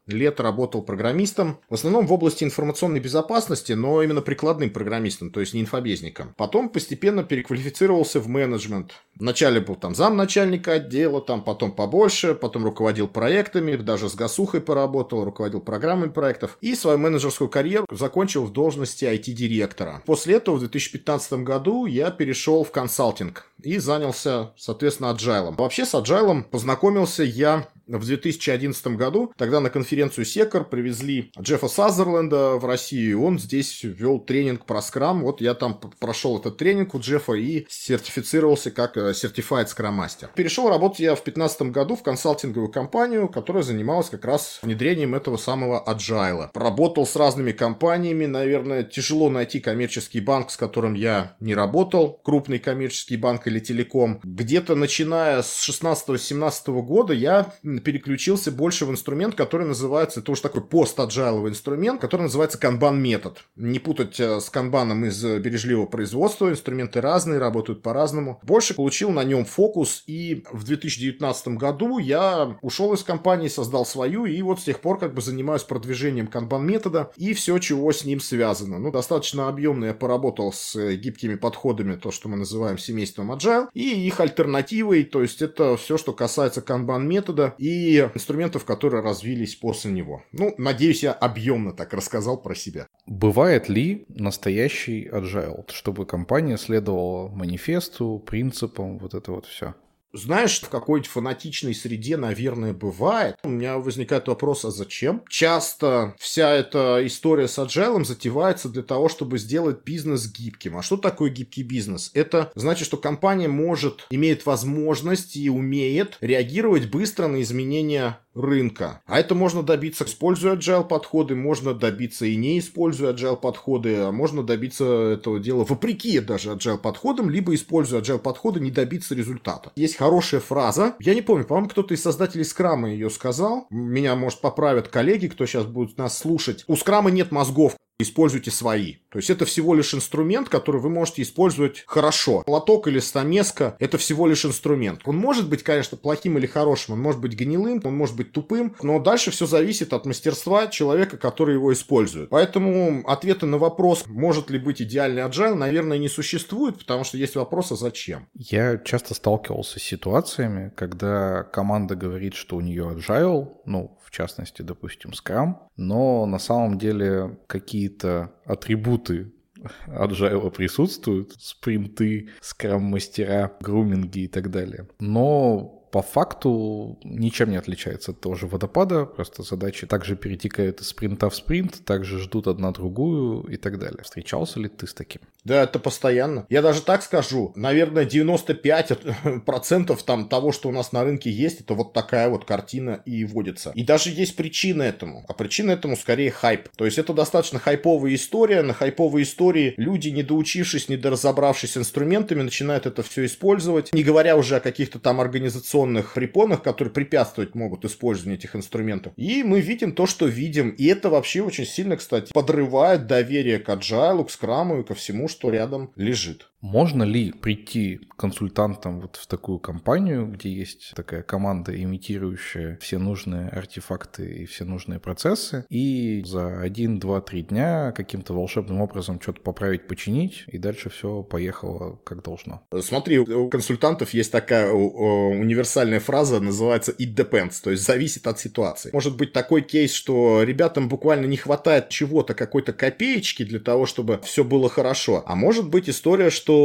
лет работал программистом, в основном в области информационной безопасности, но именно прикладным программистом, то есть не инфобезником. Потом постепенно переквалифицировался в менеджмент. Вначале был там замначальника отдела, там потом побольше, потом руководил проектами, даже с Гасухой поработал, руководил программами проектов. И свою менеджерскую карьеру закончил в должности ай ти-директора. После этого в две тысячи пятнадцатом году я перешел в консалтинг и занялся, соответственно, Agile. Вообще с Agile познакомился я в две тысячи одиннадцатом году. Тогда на конференцию Секор привезли Джеффа Сазерленда в Россию, и он здесь вел тренинг про Scrum. Вот я там прошел этот тренинг у Джеффа и сертифицировался как Certified Scrum Master. Перешел работать я в две тысячи пятнадцатом году в консалтинговую компанию, которая занималась как раз внедрением этого самого Agile. Работал с разными компаниями. Наверное, тяжело найти коммерческий банк, с которым я не работал. Крупный коммерческий банк или телеком. Где-то начиная с шестнадцатого-семнадцатого года я переключился больше в инструмент, который называется, это уже такой пост-аджайловый инструмент, который называется канбан-метод. Не путать с канбаном из бережливого производства, инструменты разные, работают по-разному. Больше получил на нем фокус, и в две тысячи девятнадцатом году я ушел из компании, создал свою, и вот с тех пор как бы занимаюсь продвижением канбан-метода и все, чего с ним связано. Ну, достаточно объемно я поработал с гибкими подходами, то, что мы называем семейством Agile, и их альтернативой, то есть это все, что касается канбан-метода, и инструментов, которые развились после него. Ну, надеюсь, я объемно так рассказал про себя.
Бывает ли настоящий agile, чтобы компания следовала манифесту, принципам, вот это вот все?
Знаешь, в какой-то фанатичной среде, наверное, бывает. У меня возникает вопрос, а зачем? Часто вся эта история с agile затевается для того, чтобы сделать бизнес гибким. А что такое гибкий бизнес? Это значит, что компания может, имеет возможность и умеет реагировать быстро на изменения рынка. А это можно добиться, используя agile подходы, можно добиться и не используя agile подходы, а можно добиться этого дела вопреки даже agile подходам, либо используя agile подходы не добиться результата. Есть хорошая фраза, я не помню, по-моему, кто-то из создателей скрама ее сказал, меня, может, поправят коллеги, кто сейчас будет нас слушать. У скрама нет мозгов. Используйте свои. То есть это всего лишь инструмент, который вы можете использовать хорошо. Платок или стамеска – это всего лишь инструмент. Он может быть, конечно, плохим или хорошим, он может быть гнилым, он может быть тупым, но дальше все зависит от мастерства человека, который его использует. Поэтому ответа на вопрос, может ли быть идеальный agile, наверное, не существует, потому что есть вопрос, а зачем?
Я часто сталкивался с ситуациями, когда команда говорит, что у нее agile, ну, в частности, допустим, Scrum, но на самом деле какие-то атрибуты agile присутствуют, спринты, скрам-мастера, груминги и так далее. Но по факту ничем не отличается от того же водопада, просто задачи также перетекают из спринта в спринт, также ждут одна другую и так далее. Встречался ли ты с таким?
Да, это постоянно. Я даже так скажу, наверное, девяносто пять процентов там того, что у нас на рынке есть, это вот такая вот картина и вводится. И даже есть причина этому. А причина этому скорее хайп. То есть это достаточно хайповая история. На хайповой истории люди, не доучившись, не доразобравшись с инструментами, начинают это все использовать. Не говоря уже о каких-то там организационных препонах, которые препятствовать могут использованию этих инструментов. И мы видим то, что видим. И это вообще очень сильно, кстати, подрывает доверие к agile, к скраму и ко всему, что рядом лежит.
Можно ли прийти консультантом вот в такую компанию, где есть такая команда, имитирующая все нужные артефакты и все нужные процессы, и за один, два, три дня каким-то волшебным образом что-то поправить, починить, и дальше все поехало как должно?
Смотри, у консультантов есть такая универсальная фраза, называется it depends, то есть зависит от ситуации. Может быть такой кейс, что ребятам буквально не хватает чего-то, какой-то копеечки для того, чтобы все было хорошо. А может быть история, что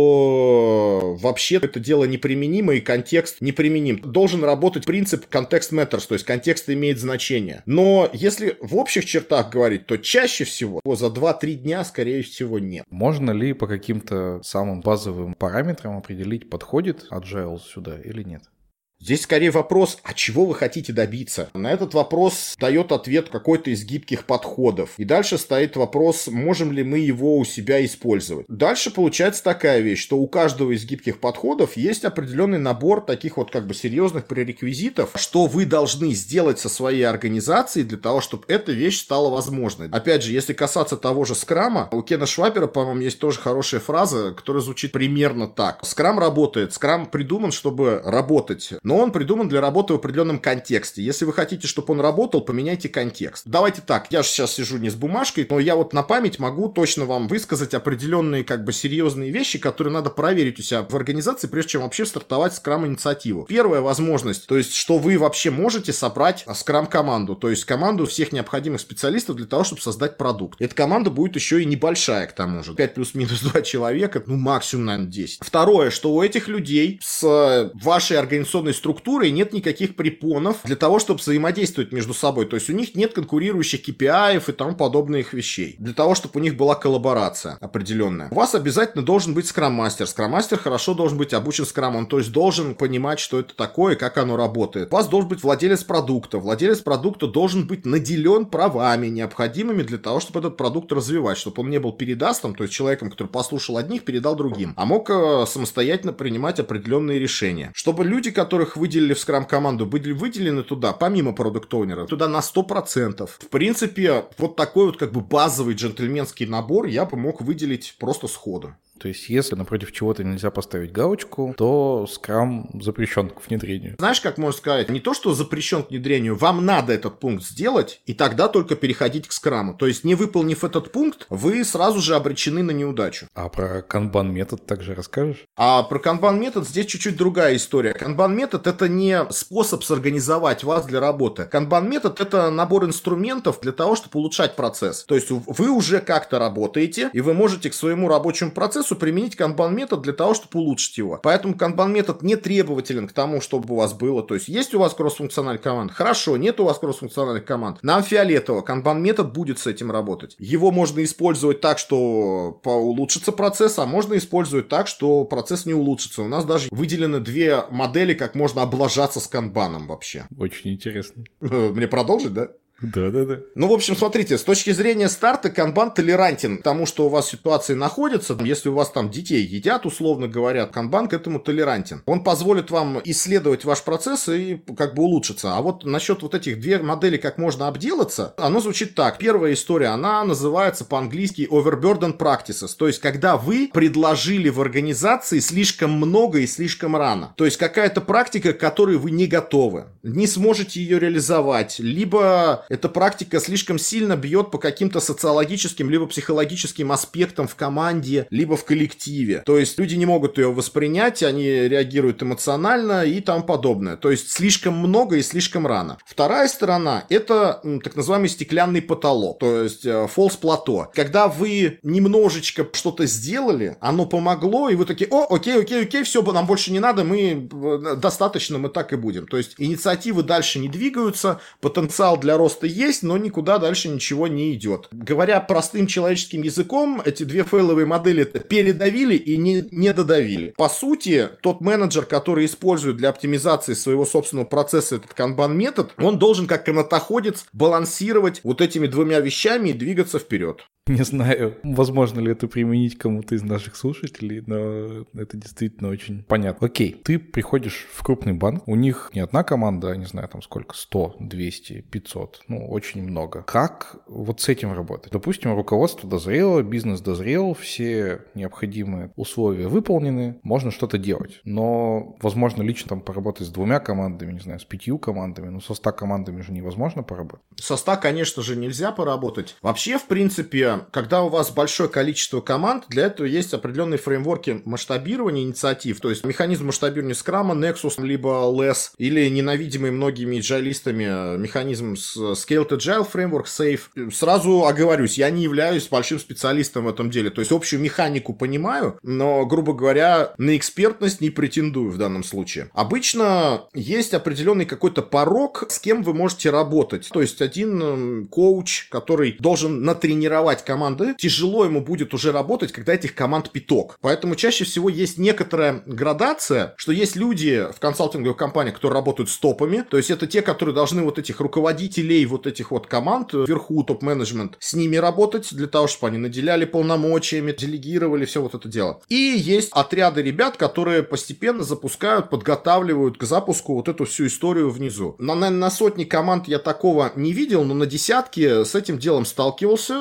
вообще это дело неприменимо и контекст неприменим. Должен работать принцип context matters, то есть контекст имеет значение. Но если в общих чертах говорить, то чаще всего за два-три дня, скорее всего, нет.
Можно ли по каким-то самым базовым параметрам определить, подходит agile сюда или нет?
Здесь скорее вопрос, а чего вы хотите добиться? На этот вопрос дает ответ какой-то из гибких подходов. И дальше стоит вопрос, можем ли мы его у себя использовать. Дальше получается такая вещь, что у каждого из гибких подходов есть определенный набор таких вот как бы серьезных пререквизитов, что вы должны сделать со своей организацией для того, чтобы эта вещь стала возможной. Опять же, если касаться того же скрама, у Кена Швабера, по-моему, есть тоже хорошая фраза, которая звучит примерно так. Скрам работает, скрам придуман, чтобы работать. но он придуман для работы в определенном контексте. Если вы хотите, чтобы он работал, поменяйте контекст. Давайте так, я же сейчас сижу не с бумажкой, но я вот на память могу точно вам высказать определенные как бы серьезные вещи, которые надо проверить у себя в организации, прежде чем вообще стартовать скрам-инициативу. Первая возможность, то есть, что вы вообще можете собрать скрам-команду, то есть команду всех необходимых специалистов для того, чтобы создать продукт. Эта команда будет еще и небольшая, к тому же. пять плюс-минус два человека, ну максимум, наверное, десять. Второе, что у этих людей с вашей организационной структурой нет никаких препонов для того, чтобы взаимодействовать между собой. То есть у них нет конкурирующих кей пи ай и тому подобных вещей. Для того, чтобы у них была коллаборация определенная. У вас обязательно должен быть скрам-мастер. Скрам-мастер хорошо должен быть обучен скраму. Он, то есть, должен понимать, что это такое, как оно работает. У вас должен быть владелец продукта. Владелец продукта должен быть наделен правами, необходимыми для того, чтобы этот продукт развивать. Чтобы он не был передастом, то есть человеком, который послушал одних, передал другим. А мог э, самостоятельно принимать определенные решения. Чтобы люди, которых выделили в скрам-команду, были выделены туда, помимо продукт-оунера, туда на сто процентов. В принципе, вот такой вот как бы базовый джентльменский набор я бы мог выделить просто сходу.
То есть, если напротив чего-то нельзя поставить галочку, то скрам запрещен к внедрению.
Знаешь, как можно сказать? Не то, что запрещен к внедрению, вам надо этот пункт сделать, и тогда только переходить к скраму. То есть, не выполнив этот пункт, вы сразу же обречены на неудачу.
А про канбан-метод также расскажешь?
А про канбан-метод здесь чуть-чуть другая история. Канбан-метод — это не способ сорганизовать вас для работы. Канбан-метод — это набор инструментов для того, чтобы улучшать процесс. То есть, вы уже как-то работаете, и вы можете к своему рабочему процессу применить канбан-метод для того, чтобы улучшить его. Поэтому канбан-метод не требователен к тому, чтобы у вас было. То есть, есть у вас кроссфункциональных команд? Хорошо, нет у вас кроссфункциональных команд. Нам фиолетово. Канбан-метод будет с этим работать. Его можно использовать так, что улучшится процесс, а можно использовать так, что процесс не улучшится. У нас даже выделены две модели, как можно облажаться с канбаном вообще.
Очень интересно.
Мне продолжить, да?
Да-да-да.
Ну, в общем, смотрите, с точки зрения старта канбан толерантен к тому, что у вас ситуации находятся. Если у вас там детей едят, условно говоря, канбан к этому толерантен. Он позволит вам исследовать ваш процесс и как бы улучшиться. А вот насчет вот этих две модели, как можно обделаться, оно звучит так. Первая история, она называется по-английски overburden practices. То есть, когда вы предложили в организации слишком много и слишком рано. То есть, какая-то практика, к которой вы не готовы. Не сможете ее реализовать. Либо эта практика слишком сильно бьет по каким-то социологическим либо психологическим аспектам в команде, либо в коллективе. То есть люди не могут ее воспринять, они реагируют эмоционально и тому подобное. То есть слишком много и слишком рано. Вторая сторона — это м, так называемый стеклянный потолок, то есть э, false plateau. Когда вы немножечко что-то сделали, оно помогло, и вы такие: о, окей, окей, окей, все, нам больше не надо, мы достаточно, мы так и будем. То есть инициативы дальше не двигаются, потенциал для роста есть, но никуда дальше ничего не идет. Говоря простым человеческим языком, эти две фейловые модели передавили и не, не додавили. По сути, тот менеджер, который использует для оптимизации своего собственного процесса этот канбан-метод, он должен как канатоходец балансировать вот этими двумя вещами и двигаться вперед.
Не знаю, возможно ли это применить кому-то из наших слушателей, но это действительно очень понятно. Окей, ты приходишь в крупный банк, у них не одна команда, не знаю, там сколько, сто, двести, пятьсот, ну, очень много. Как вот с этим работать? Допустим, руководство дозрело, бизнес дозрел, все необходимые условия выполнены, можно что-то делать. Но, возможно, лично там поработать с двумя командами, не знаю, с пятью командами, но со ста командами же невозможно поработать.
Со ста, конечно же, нельзя поработать. Вообще, в принципе, когда у вас большое количество команд, для этого есть определенные фреймворки масштабирования инициатив, то есть механизм масштабирования скрама, Nexus, либо лэс, или ненавидимый многими джайлистами механизм Scaled Agile Framework, SAFe. Сразу оговорюсь, я не являюсь большим специалистом в этом деле, то есть общую механику понимаю, но, грубо говоря, на экспертность не претендую в данном случае. Обычно есть определенный какой-то порог, с кем вы можете работать, то есть один коуч, который должен натренировать команды, тяжело ему будет уже работать, когда этих команд пяток. Поэтому чаще всего есть некоторая градация, что есть люди в консалтинговых компаниях, которые работают с топами, то есть это те, которые должны вот этих руководителей вот этих вот команд, вверху топ-менеджмент, с ними работать, для того, чтобы они наделяли полномочиями, делегировали все вот это дело. И есть отряды ребят, которые постепенно запускают, подготавливают к запуску вот эту всю историю внизу. На, на, на сотни команд я такого не видел, но на десятки с этим делом сталкивался в одном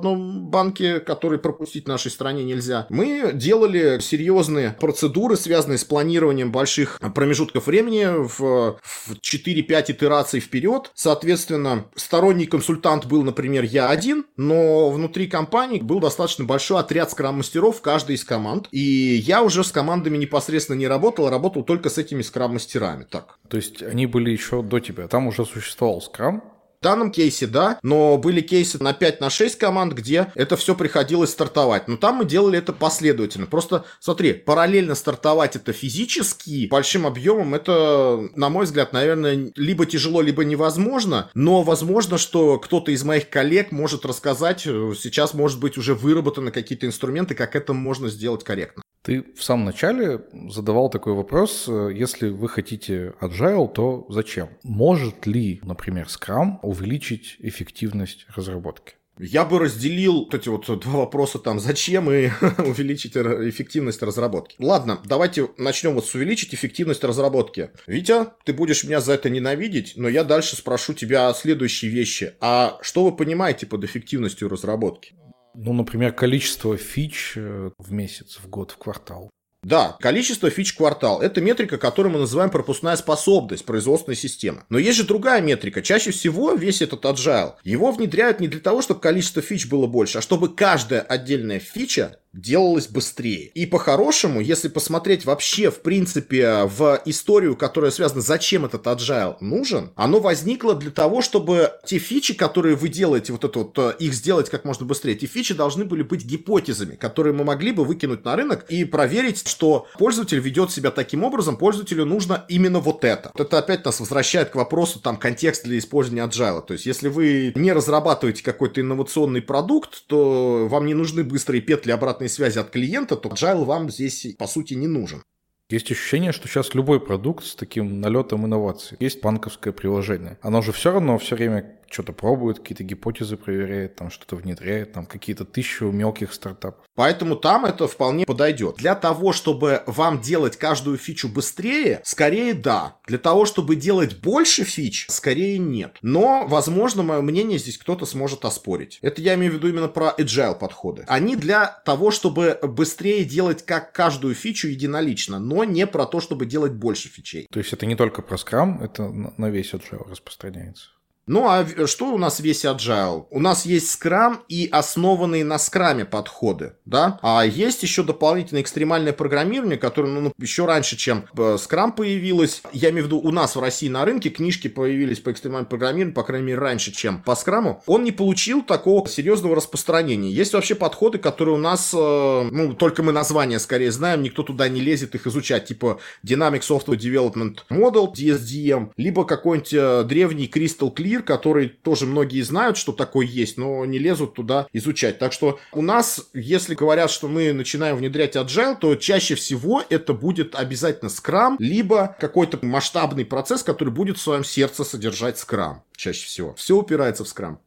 одном банке, который пропустить в нашей стране нельзя. Мы делали серьезные процедуры, связанные с планированием больших промежутков времени в, в четыре-пять итераций вперед. Соответственно, сторонний консультант был, например, я один, но внутри компании был достаточно большой отряд скрам-мастеров в каждой из команд. И я уже с командами непосредственно не работал, а работал только с этими скрам-мастерами. Так.
То есть они были еще до тебя, там уже существовал скрам?
В данном кейсе, да, но были кейсы на пять на шесть команд, где это все приходилось стартовать. Но там мы делали это последовательно. Просто, смотри, параллельно стартовать это физически, большим объемом, это, на мой взгляд, наверное, либо тяжело, либо невозможно. Но возможно, что кто-то из моих коллег может рассказать, сейчас, может быть, уже выработаны какие-то инструменты, как это можно сделать корректно.
Ты в самом начале задавал такой вопрос, если вы хотите agile, то зачем? Может ли, например, Scrum увеличить эффективность разработки?
Я бы разделил вот эти вот два вопроса там, зачем и увеличить эффективность разработки. Ладно, давайте начнем вот с увеличить эффективность разработки. Витя, ты будешь меня за это ненавидеть, но я дальше спрошу тебя следующие вещи. А что вы понимаете под эффективностью разработки?
Ну, например, количество фич в месяц, в год, в квартал.
Да, количество фич в квартал – это метрика, которую мы называем пропускная способность производственной системы. Но есть же другая метрика. Чаще всего весь этот agile, его внедряют не для того, чтобы количество фич было больше, а чтобы каждая отдельная фича делалось быстрее. И по-хорошему, если посмотреть вообще, в принципе, в историю, которая связана, зачем этот agile нужен, оно возникло для того, чтобы те фичи, которые вы делаете, вот это вот, их сделать как можно быстрее, эти фичи должны были быть гипотезами, которые мы могли бы выкинуть на рынок и проверить, что пользователь ведет себя таким образом, пользователю нужно именно вот это. Вот это опять нас возвращает к вопросу там контекста для использования agile. То есть, если вы не разрабатываете какой-то инновационный продукт, то вам не нужны быстрые петли обратной связи от клиента, то agile вам здесь, по сути, не нужен.
Есть ощущение, что сейчас любой продукт с таким налетом инноваций. Есть банковское приложение. Оно же все равно все время что-то пробует, какие-то гипотезы проверяет, там что-то внедряет, там какие-то тысячи мелких стартапов.
Поэтому там это вполне подойдет. Для того, чтобы вам делать каждую фичу быстрее, скорее да. Для того, чтобы делать больше фич, скорее нет. Но, возможно, мое мнение здесь кто-то сможет оспорить. Это я имею в виду именно про agile подходы. Они для того, чтобы быстрее делать как каждую фичу единолично, но не про то, чтобы делать больше фичей.
То есть это не только про Scrum, это на весь agile распространяется.
Ну, а что у нас весь agile? У нас есть Scrum и основанные на Scrum подходы, да? А есть еще дополнительное экстремальное программирование, которое, ну, еще раньше, чем Scrum появилось. Я имею в виду, у нас в России на рынке книжки появились по экстремальному программированию, по крайней мере, раньше, чем по Scrum. Он не получил такого серьезного распространения. Есть вообще подходы, которые у нас, ну, только мы названия скорее знаем, никто туда не лезет их изучать, типа Dynamic Software Development Model, ди эс ди эм, либо какой-нибудь древний Crystal Clear, который тоже многие знают, что такое есть, но не лезут туда изучать. Так что у нас, если говорят, что мы начинаем внедрять agile, то чаще всего это будет обязательно Scrum, либо какой-то масштабный процесс, который будет в своем сердце содержать Scrum. Чаще всего. Все упирается в Scrum.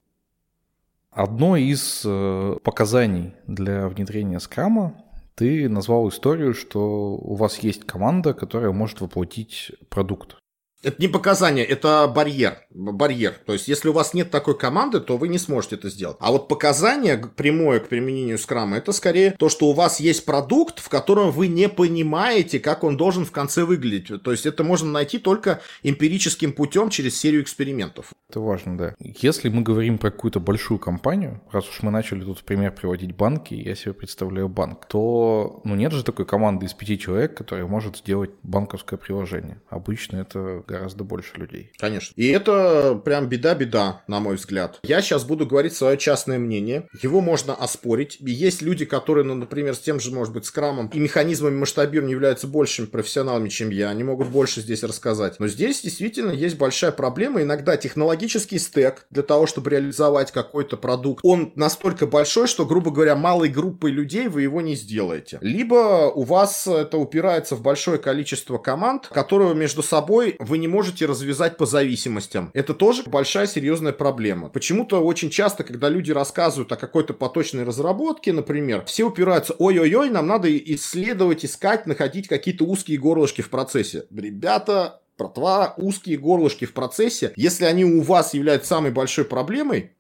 Одно из э, показаний для внедрения Scrum ты назвал историю, что у вас есть команда, которая может воплотить продукт.
Это не показание, это барьер. Барьер. То есть, если у вас нет такой команды, то вы не сможете это сделать. А вот показание прямое к применению скрама, это скорее то, что у вас есть продукт, в котором вы не понимаете, как он должен в конце выглядеть. То есть, это можно найти только эмпирическим путем через серию экспериментов.
Это важно, да. Если мы говорим про какую-то большую компанию, раз уж мы начали тут в пример приводить банки, я себе представляю банк, то ну, нет же такой команды из пяти человек, которая может сделать банковское приложение. Обычно это гораздо больше людей.
Конечно. И это прям беда-беда, на мой взгляд. Я сейчас буду говорить свое частное мнение. Его можно оспорить. И есть люди, которые, ну, например, с тем же, может быть, скрамом и механизмами масштабирования являются большими профессионалами, чем я. Они могут больше здесь рассказать. Но здесь действительно есть большая проблема. Иногда технологический стэк для того, чтобы реализовать какой-то продукт, он настолько большой, что, грубо говоря, малой группой людей вы его не сделаете. Либо у вас это упирается в большое количество команд, которые между собой вы не можете развязать по зависимостям. Это тоже большая серьезная проблема. Почему-то очень часто, когда люди рассказывают о какой-то поточной разработке, например, все упираются: ой-ой-ой, нам надо исследовать, искать, находить какие-то узкие горлышки в процессе. Ребята, братва, узкие горлышки в процессе, если они у вас являются самой большой проблемой,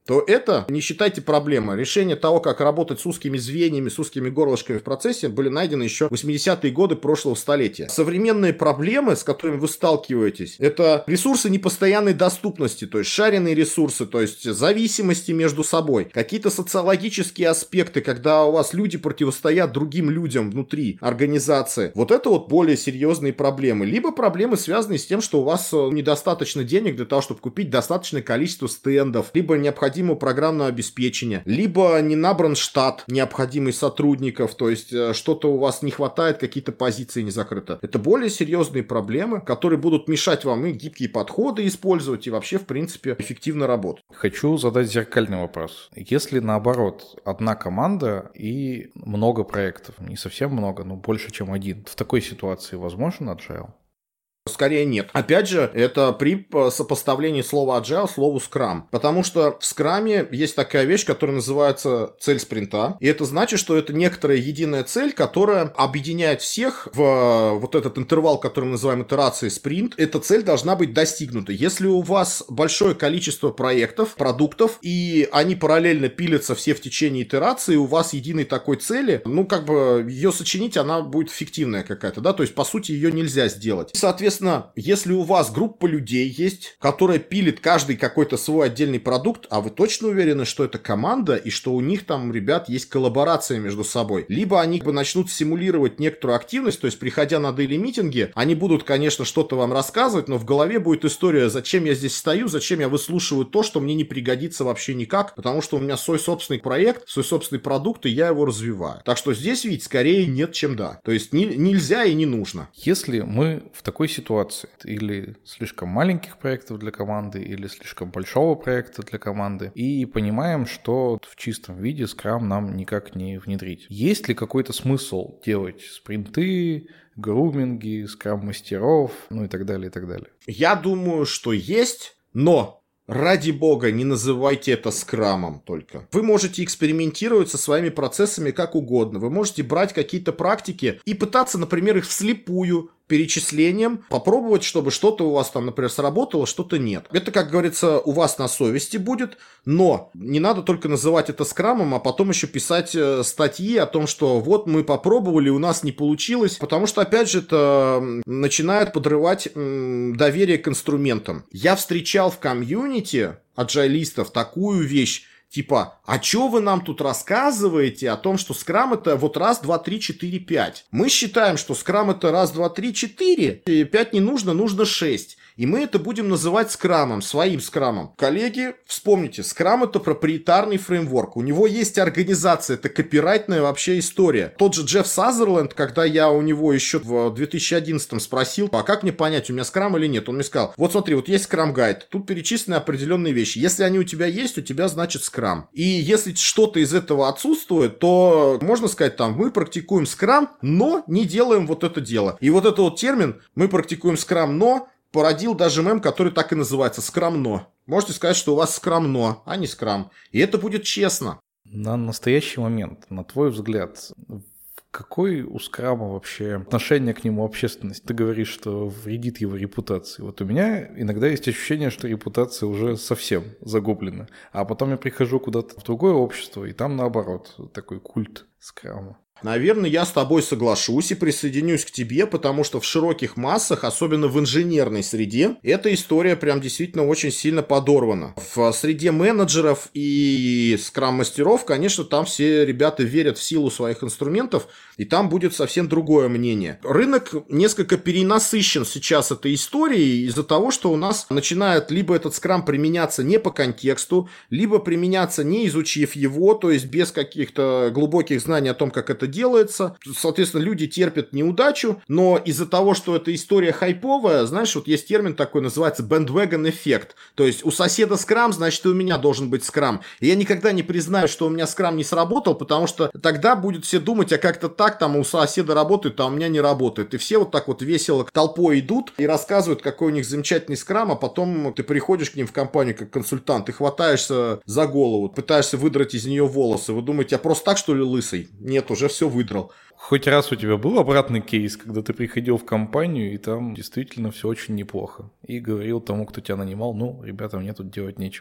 то это, не считайте проблемой. Решение того, как работать с узкими звеньями, с узкими горлышками в процессе, были найдены еще в восьмидесятые годы прошлого столетия. Современные проблемы, с которыми вы сталкиваетесь, это ресурсы непостоянной доступности, то есть шаренные ресурсы, то есть зависимости между собой, какие-то социологические аспекты, когда у вас люди противостоят другим людям внутри организации. Вот это вот более серьезные проблемы. Либо проблемы, связанные с тем, что у вас недостаточно денег для того, чтобы купить достаточное количество стендов, либо необходимого программного обеспечения, либо не набран штат необходимый сотрудников, то есть что-то у вас не хватает, какие-то позиции не закрыты. Это более серьезные проблемы, которые будут мешать вам и гибкие подходы использовать, и вообще, в принципе, эффективно работать.
Хочу задать зеркальный вопрос. Если наоборот, одна команда и много проектов, не совсем много, но больше, чем один, в такой ситуации возможен agile?
Скорее нет. Опять же, это при сопоставлении слова agile слову scrum. Потому что в скраме есть такая вещь, которая называется цель спринта. И это значит, что это некоторая единая цель, которая объединяет всех в вот этот интервал, который мы называем итерацией спринт. Эта цель должна быть достигнута. Если у вас большое количество проектов, продуктов, и они параллельно пилятся все в течение итерации, у вас единой такой цели, ну, как бы ее сочинить, она будет фиктивная какая-то, да, то есть, по сути, ее нельзя сделать. Соответственно, если у вас группа людей есть, которая пилит каждый какой-то свой отдельный продукт, а вы точно уверены, что это команда и что у них там, ребят, есть коллаборация между собой, либо они начнут симулировать некоторую активность, то есть, приходя на дейли-митинги, они будут, конечно, что-то вам рассказывать, но в голове будет история, зачем я здесь стою, зачем я выслушиваю то, что мне не пригодится вообще никак, потому что у меня свой собственный проект, свой собственный продукт, и я его развиваю. Так что здесь, видите, скорее нет, чем да. То есть, не, нельзя и не нужно.
Если мы в такой ситуации или слишком маленьких проектов для команды, или слишком большого проекта для команды, и понимаем, что в чистом виде Scrum нам никак не внедрить. Есть ли какой-то смысл делать спринты, груминги, скрам-мастеров, ну и так далее, и так далее?
Я думаю, что есть, но... Ради бога, не называйте это скрамом только. Вы можете экспериментировать со своими процессами как угодно. Вы можете брать какие-то практики и пытаться, например, их вслепую перечислением попробовать, чтобы что-то у вас там, например, сработало, что-то нет. Это, как говорится, у вас на совести будет, но не надо только называть это скрамом, а потом еще писать статьи о том, что вот мы попробовали, у нас не получилось, потому что, опять же, это начинает подрывать м, доверие к инструментам. Я встречал в комьюнити аджайлистов такую вещь, типа, а чё вы нам тут рассказываете о том, что скрам это вот раз, два, три, четыре, пять? Мы считаем, что скрам это раз, два, три, четыре, и пять не нужно, нужно шесть. И мы это будем называть скрамом, своим скрамом. Коллеги, вспомните, скрам это проприетарный фреймворк. У него есть организация, это копирайтная вообще история. Тот же Джефф Сазерленд, когда я у него еще в две тысячи одиннадцатом спросил, а как мне понять, у меня скрам или нет, он мне сказал, вот смотри, вот есть скрам-гайд, тут перечислены определенные вещи. Если они у тебя есть, у тебя значит скрам. И если что-то из этого отсутствует, то можно сказать там, мы практикуем скрам, но не делаем вот это дело. И вот этот вот термин, мы практикуем скрам, но породил даже мем, который так и называется «скрамно». Можете сказать, что у вас скрамно, а не скрам. И это будет честно.
На настоящий момент, на твой взгляд, какое у скрама вообще отношение к нему общественности? Ты говоришь, что вредит его репутации. Вот у меня иногда есть ощущение, что репутация уже совсем загублена. А потом я прихожу куда-то в другое общество, и там наоборот, такой культ скрама.
Наверное, я с тобой соглашусь и присоединюсь к тебе, потому что в широких массах, особенно в инженерной среде, эта история прям действительно очень сильно подорвана. В среде менеджеров и скрам-мастеров, конечно, там все ребята верят в силу своих инструментов, и там будет совсем другое мнение. Рынок несколько перенасыщен сейчас этой историей из-за того, что у нас начинает либо этот скрам применяться не по контексту, либо применяться не изучив его, то есть без каких-то глубоких знаний о том, как это делается. Соответственно, люди терпят неудачу, но из-за того, что эта история хайповая, знаешь, вот есть термин такой, называется bandwagon эффект. То есть у соседа скрам, значит, и у меня должен быть скрам. И я никогда не признаю, что у меня скрам не сработал, потому что тогда будут все думать, а как-то так, там у соседа работает, а у меня не работает. И все вот так вот весело толпой идут и рассказывают, какой у них замечательный скрам, а потом ты приходишь к ним в компанию как консультант и хватаешься за голову, пытаешься выдрать из нее волосы. Вы думаете, я просто так, что ли, лысый? Нет, уже все выдрал.
Хоть раз у тебя был обратный кейс, когда ты приходил в компанию, и там действительно все очень неплохо. И говорил тому, кто тебя нанимал, ну, ребята, мне тут делать нечего.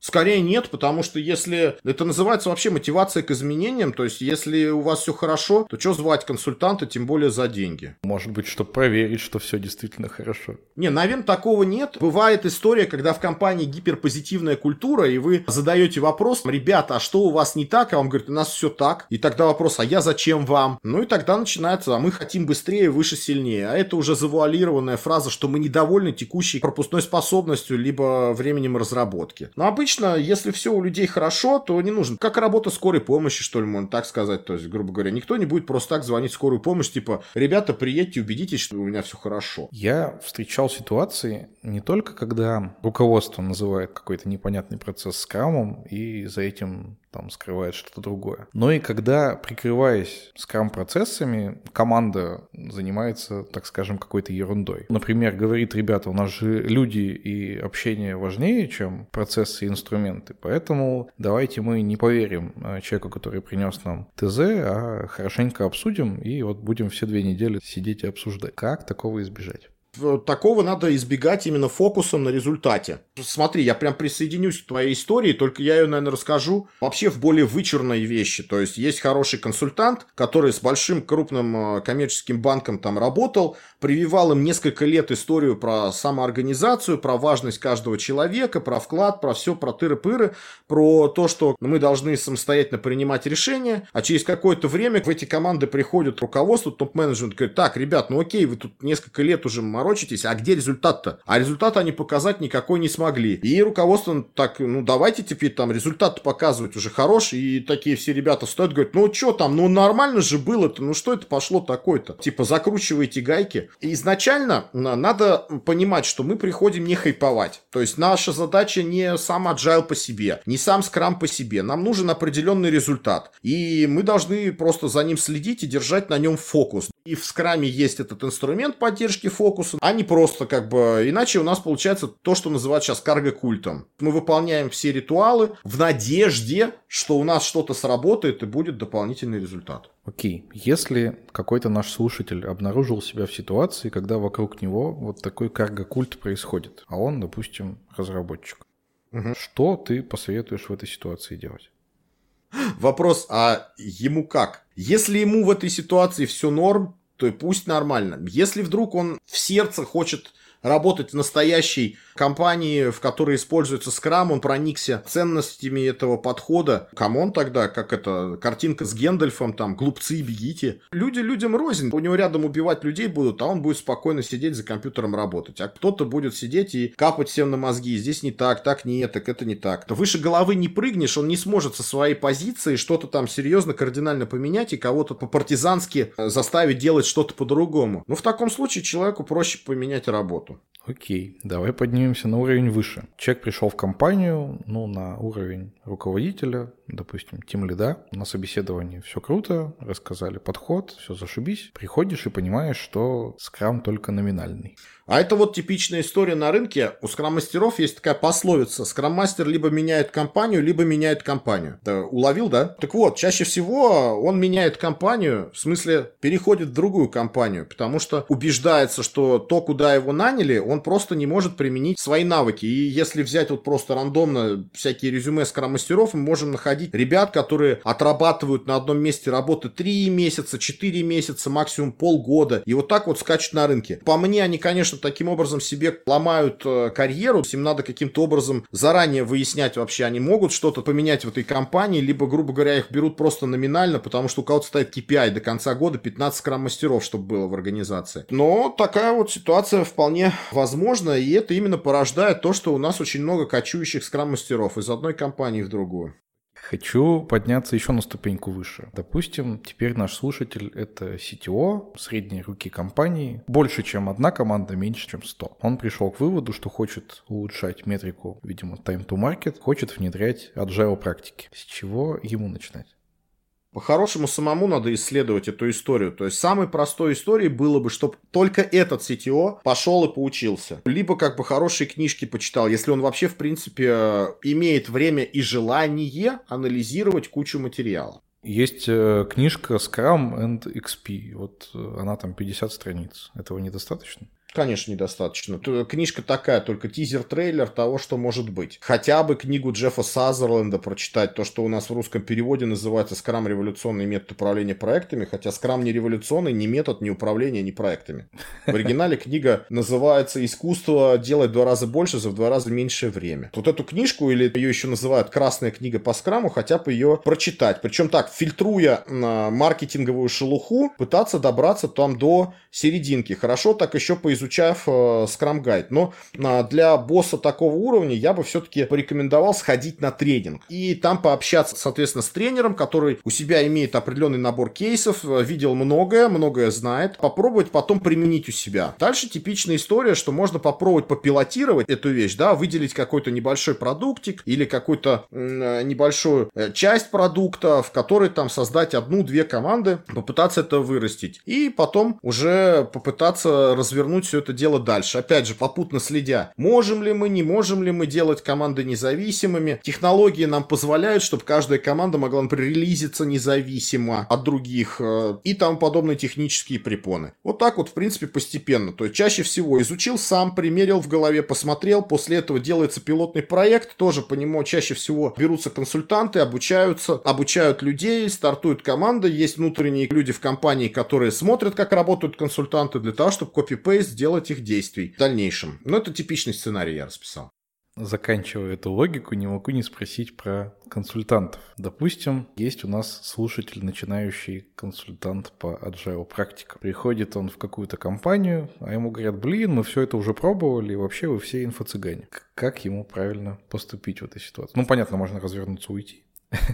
Скорее нет, потому что если... Это называется вообще мотивация к изменениям, то есть если у вас все хорошо, то что звать консультанта, тем более за деньги?
Может быть, чтобы проверить, что все действительно хорошо.
Не, наверное, такого нет. Бывает история, когда в компании гиперпозитивная культура, и вы задаете вопрос: ребята, а что у вас не так? А он говорит: у нас все так. И тогда вопрос: а я зачем вам? Ну и тогда начинается: а мы хотим быстрее, выше, сильнее. А это уже завуалированная фраза, что мы недовольны текущей пропускной способностью, либо временем разработки. Но обычно если все у людей хорошо, то не нужно. Как работа скорой помощи, что ли, можно так сказать. То есть, грубо говоря, никто не будет просто так звонить в скорую помощь, типа: ребята, приедьте, убедитесь, что у меня все хорошо.
Я встречал ситуации не только когда руководство называет какой-то непонятный процесс скрамом и за этим там скрывает что-то другое, но и когда, прикрываясь скрам-процессами, команда занимается, так скажем, какой-то ерундой. Например, говорит: ребята, у нас же люди и общение важнее, чем процессы и инструменты, поэтому давайте мы не поверим человеку, который принес нам ТЗ, а хорошенько обсудим и вот будем все две недели сидеть и обсуждать. Как такого избежать?
Такого надо избегать именно фокусом на результате. Смотри, я прям присоединюсь к твоей истории, только я ее, наверное, расскажу вообще в более вычурной вещи. То есть есть хороший консультант, который с большим крупным коммерческим банком там работал, прививал им несколько лет историю про самоорганизацию, про важность каждого человека, про вклад, про все, про тыры-пыры, про то, что мы должны самостоятельно принимать решения, а через какое-то время в эти команды приходит руководство, топ-менеджмент, говорит: так, ребят, ну окей, вы тут несколько лет уже морочитесь, а где результат-то? А результат они показать никакой не смогли. И руководство так: ну давайте теперь там результат показывать уже хороший. И такие все ребята стоят, говорят: ну что там, ну нормально же было-то, ну что это пошло такое-то? Типа закручиваете гайки. И изначально надо понимать, что мы приходим не хайповать. То есть наша задача не сам agile по себе, не сам скрам по себе. Нам нужен определенный результат. И мы должны просто за ним следить и держать на нем фокус. И в скраме есть этот инструмент поддержки фокуса, а не просто как бы... Иначе у нас получается то, что называют сейчас карго-культом. Мы выполняем все ритуалы в надежде, что у нас что-то сработает и будет дополнительный результат.
Окей, если какой-то наш слушатель обнаружил себя в ситуации, когда вокруг него вот такой карго-культ происходит, а он, допустим, разработчик, угу. Что ты посоветуешь в этой ситуации делать?
Вопрос: а ему как? Если ему в этой ситуации все норм, то и пусть нормально. Если вдруг он в сердце хочет работать в настоящей компании, в которой используется скрам, он проникся ценностями этого подхода. Камон тогда, как это, картинка с Гэндальфом, там, глупцы, бегите. Люди людям рознь. У него рядом убивать людей будут, а он будет спокойно сидеть за компьютером работать. А кто-то будет сидеть и капать всем на мозги. Здесь не так, так нет, так это не так. То выше головы не прыгнешь, он не сможет со своей позиции что-то там серьезно, кардинально поменять и кого-то по-партизански заставить делать что-то по-другому. Ну, в таком случае человеку проще поменять работу.
Окей, давай поднимемся на уровень выше. Человек пришел в компанию, ну, на уровень руководителя, допустим, тимлида. На собеседовании все круто, рассказали подход, все зашибись. Приходишь и понимаешь, что скрам только номинальный.
А это вот типичная история на рынке. У скрам-мастеров есть такая пословица: скрам-мастер либо меняет компанию, либо меняет компанию. Да, уловил, да? Так вот, чаще всего он меняет компанию, в смысле переходит в другую компанию, потому что убеждается, что то, куда его наняли, он просто не может применить свои навыки. И если взять вот просто рандомно всякие резюме скрам-мастеров, мы можем находить ребят, которые отрабатывают на одном месте работы три месяца, четыре месяца, максимум полгода, и вот так вот скачут на рынке. По мне, они, конечно, таким образом себе ломают э, карьеру. Им надо каким-то образом заранее выяснять вообще, они могут что-то поменять в этой компании, либо, грубо говоря, их берут просто номинально, потому что у кого-то стоит кей пи ай до конца года пятнадцать скрам-мастеров, чтобы было в организации. Но такая вот ситуация вполне возможна, и это именно порождает то, что у нас очень много кочующих скрам-мастеров из одной компании в другую.
Хочу подняться еще на ступеньку выше. Допустим, теперь наш слушатель — это си ти о, средней руки компании. Больше, чем одна команда, меньше, чем сто. Он пришел к выводу, что хочет улучшать метрику, видимо, time to market, хочет внедрять agile практики. С чего ему начинать?
По-хорошему, самому надо исследовать эту историю. То есть, самой простой историей было бы, чтобы только этот си ти о пошел и поучился. Либо как бы хорошие книжки почитал, если он вообще, в принципе, имеет время и желание анализировать кучу материала.
Есть э, книжка Scrum and икс пи. Вот э, она там пятьдесят страниц. Этого недостаточно?
Конечно, недостаточно. Книжка такая, только тизер-трейлер того, что может быть. Хотя бы книгу Джеффа Сазерленда прочитать, то, что у нас в русском переводе называется «Скрам. Революционный метод управления проектами», хотя Скрам не революционный, ни метод, ни управления, ни проектами. В оригинале книга называется «Искусство делать в два раза больше за в два раза меньшее время». Вот эту книжку, или ее еще называют «Красная книга по скраму», хотя бы ее прочитать. Причем так, фильтруя маркетинговую шелуху, пытаться добраться там до серединки. Хорошо так еще поизучать изучав э, Scrum Guide. Но э, для босса такого уровня я бы все-таки порекомендовал сходить на тренинг. И там пообщаться, соответственно, с тренером, который у себя имеет определенный набор кейсов, э, видел многое, многое знает. Попробовать потом применить у себя. Дальше типичная история, что можно попробовать попилотировать эту вещь, да, выделить какой-то небольшой продуктик или какую-то э, небольшую э, часть продукта, в которой там создать одну-две команды, попытаться это вырастить. И потом уже попытаться развернуть все это дело дальше. Опять же, попутно следя, можем ли мы, не можем ли мы делать команды независимыми. Технологии нам позволяют, чтобы каждая команда могла, например, релизиться независимо от других э, и тому подобные технические препоны. Вот так вот, в принципе, постепенно. То есть чаще всего изучил сам, примерил в голове, посмотрел, после этого делается пилотный проект, тоже по нему чаще всего берутся консультанты, обучаются, обучают людей, стартуют команды, есть внутренние люди в компании, которые смотрят, как работают консультанты, для того, чтобы копи-пейст сделать их действий в дальнейшем. Но это типичный сценарий я расписал.
Заканчивая эту логику, не могу не спросить про консультантов. Допустим, есть у нас слушатель, начинающий консультант по agile практикам. Приходит он в какую-то компанию, а ему говорят: блин, мы все это уже пробовали, и вообще вы все инфо-цыгане. Как ему правильно поступить в этой ситуации? Ну, понятно, можно развернуться, уйти.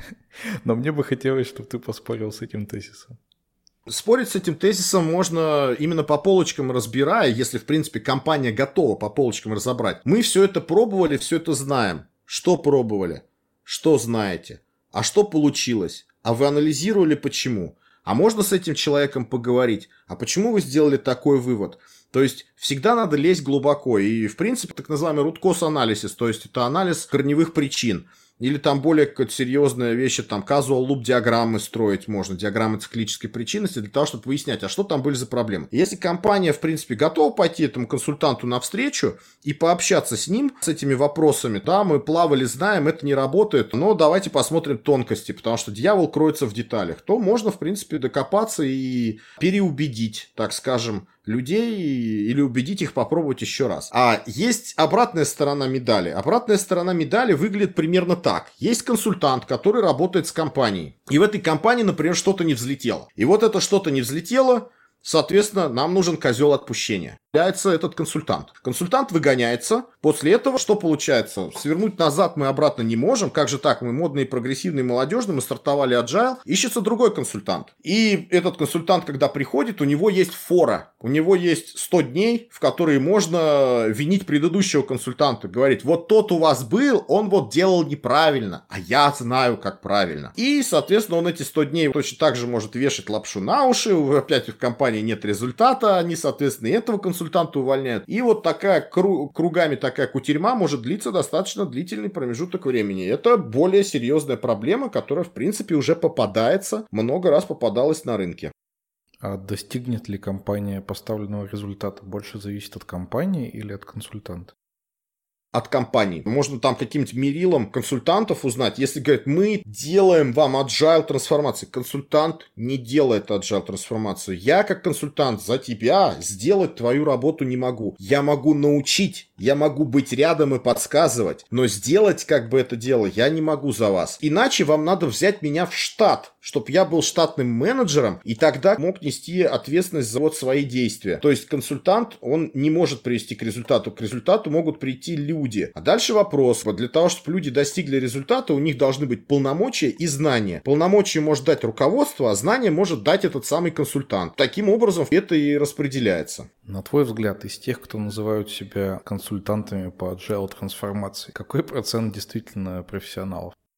Но мне бы хотелось, чтобы ты поспорил с этим тезисом.
Спорить с этим тезисом можно именно по полочкам разбирая, если, в принципе, компания готова по полочкам разобрать. Мы все это пробовали, все это знаем. Что пробовали? Что знаете? А что получилось? А вы анализировали почему? А можно с этим человеком поговорить? А почему вы сделали такой вывод? То есть всегда надо лезть глубоко. И, в принципе, так называемый root cause analysis, то есть это анализ корневых причин. Или там более какая-то серьезная вещь, там casual loop диаграммы строить можно, диаграммы циклической причинности, для того, чтобы выяснять, а что там были за проблемы. Если компания, в принципе, готова пойти этому консультанту навстречу и пообщаться с ним, с этими вопросами, да, мы плавали, знаем, это не работает, но давайте посмотрим тонкости, потому что дьявол кроется в деталях, то можно, в принципе, докопаться и переубедить, так скажем, людей или убедить их попробовать еще раз. А есть обратная сторона медали. Обратная сторона медали выглядит примерно так. Есть консультант, который работает с компанией. И в этой компании, например, что-то не взлетело. И вот это что-то не взлетело, соответственно, нам нужен козел отпущения. Является этот консультант. Консультант выгоняется. После этого что получается? Свернуть назад мы обратно не можем. Как же так? Мы модные, прогрессивные, молодежные. Мы стартовали agile. Ищется другой консультант. И этот консультант, когда приходит, у него есть фора. У него есть сто дней, в которые можно винить предыдущего консультанта. Говорить: вот тот у вас был, он вот делал неправильно. А я знаю, как правильно. И, соответственно, он эти сто дней точно так же может вешать лапшу на уши. Опять в компании нет результата. Они, соответственно, и этого консультанта увольняют. И вот такая кру- кругами такая кутерьма может длиться достаточно длительный промежуток времени. Это более серьезная проблема, которая, в принципе, уже попадается, много раз попадалась на рынке.
А достигнет ли компания поставленного результата? Больше зависит от компании или от консультанта?
От компаний. Можно там каким-то мерилом консультантов узнать. Если говорят: мы делаем вам agile трансформацию. Консультант не делает agile трансформацию. Я как консультант за тебя сделать твою работу не могу. Я могу научить, я могу быть рядом и подсказывать, но сделать как бы это дело я не могу за вас. Иначе вам надо взять меня в штат, чтобы я был штатным менеджером и тогда мог нести ответственность за вот свои действия. То есть консультант, он не может привести к результату. К результату могут прийти люди. А дальше вопрос. Вот для того, чтобы люди достигли результата, у них должны быть полномочия и знания. Полномочия может дать руководство, а знания может дать этот самый консультант. Таким образом это и распределяется.
На твой взгляд, из тех, кто называют себя консультантами по agile трансформации, какой процент действительно профессионалов?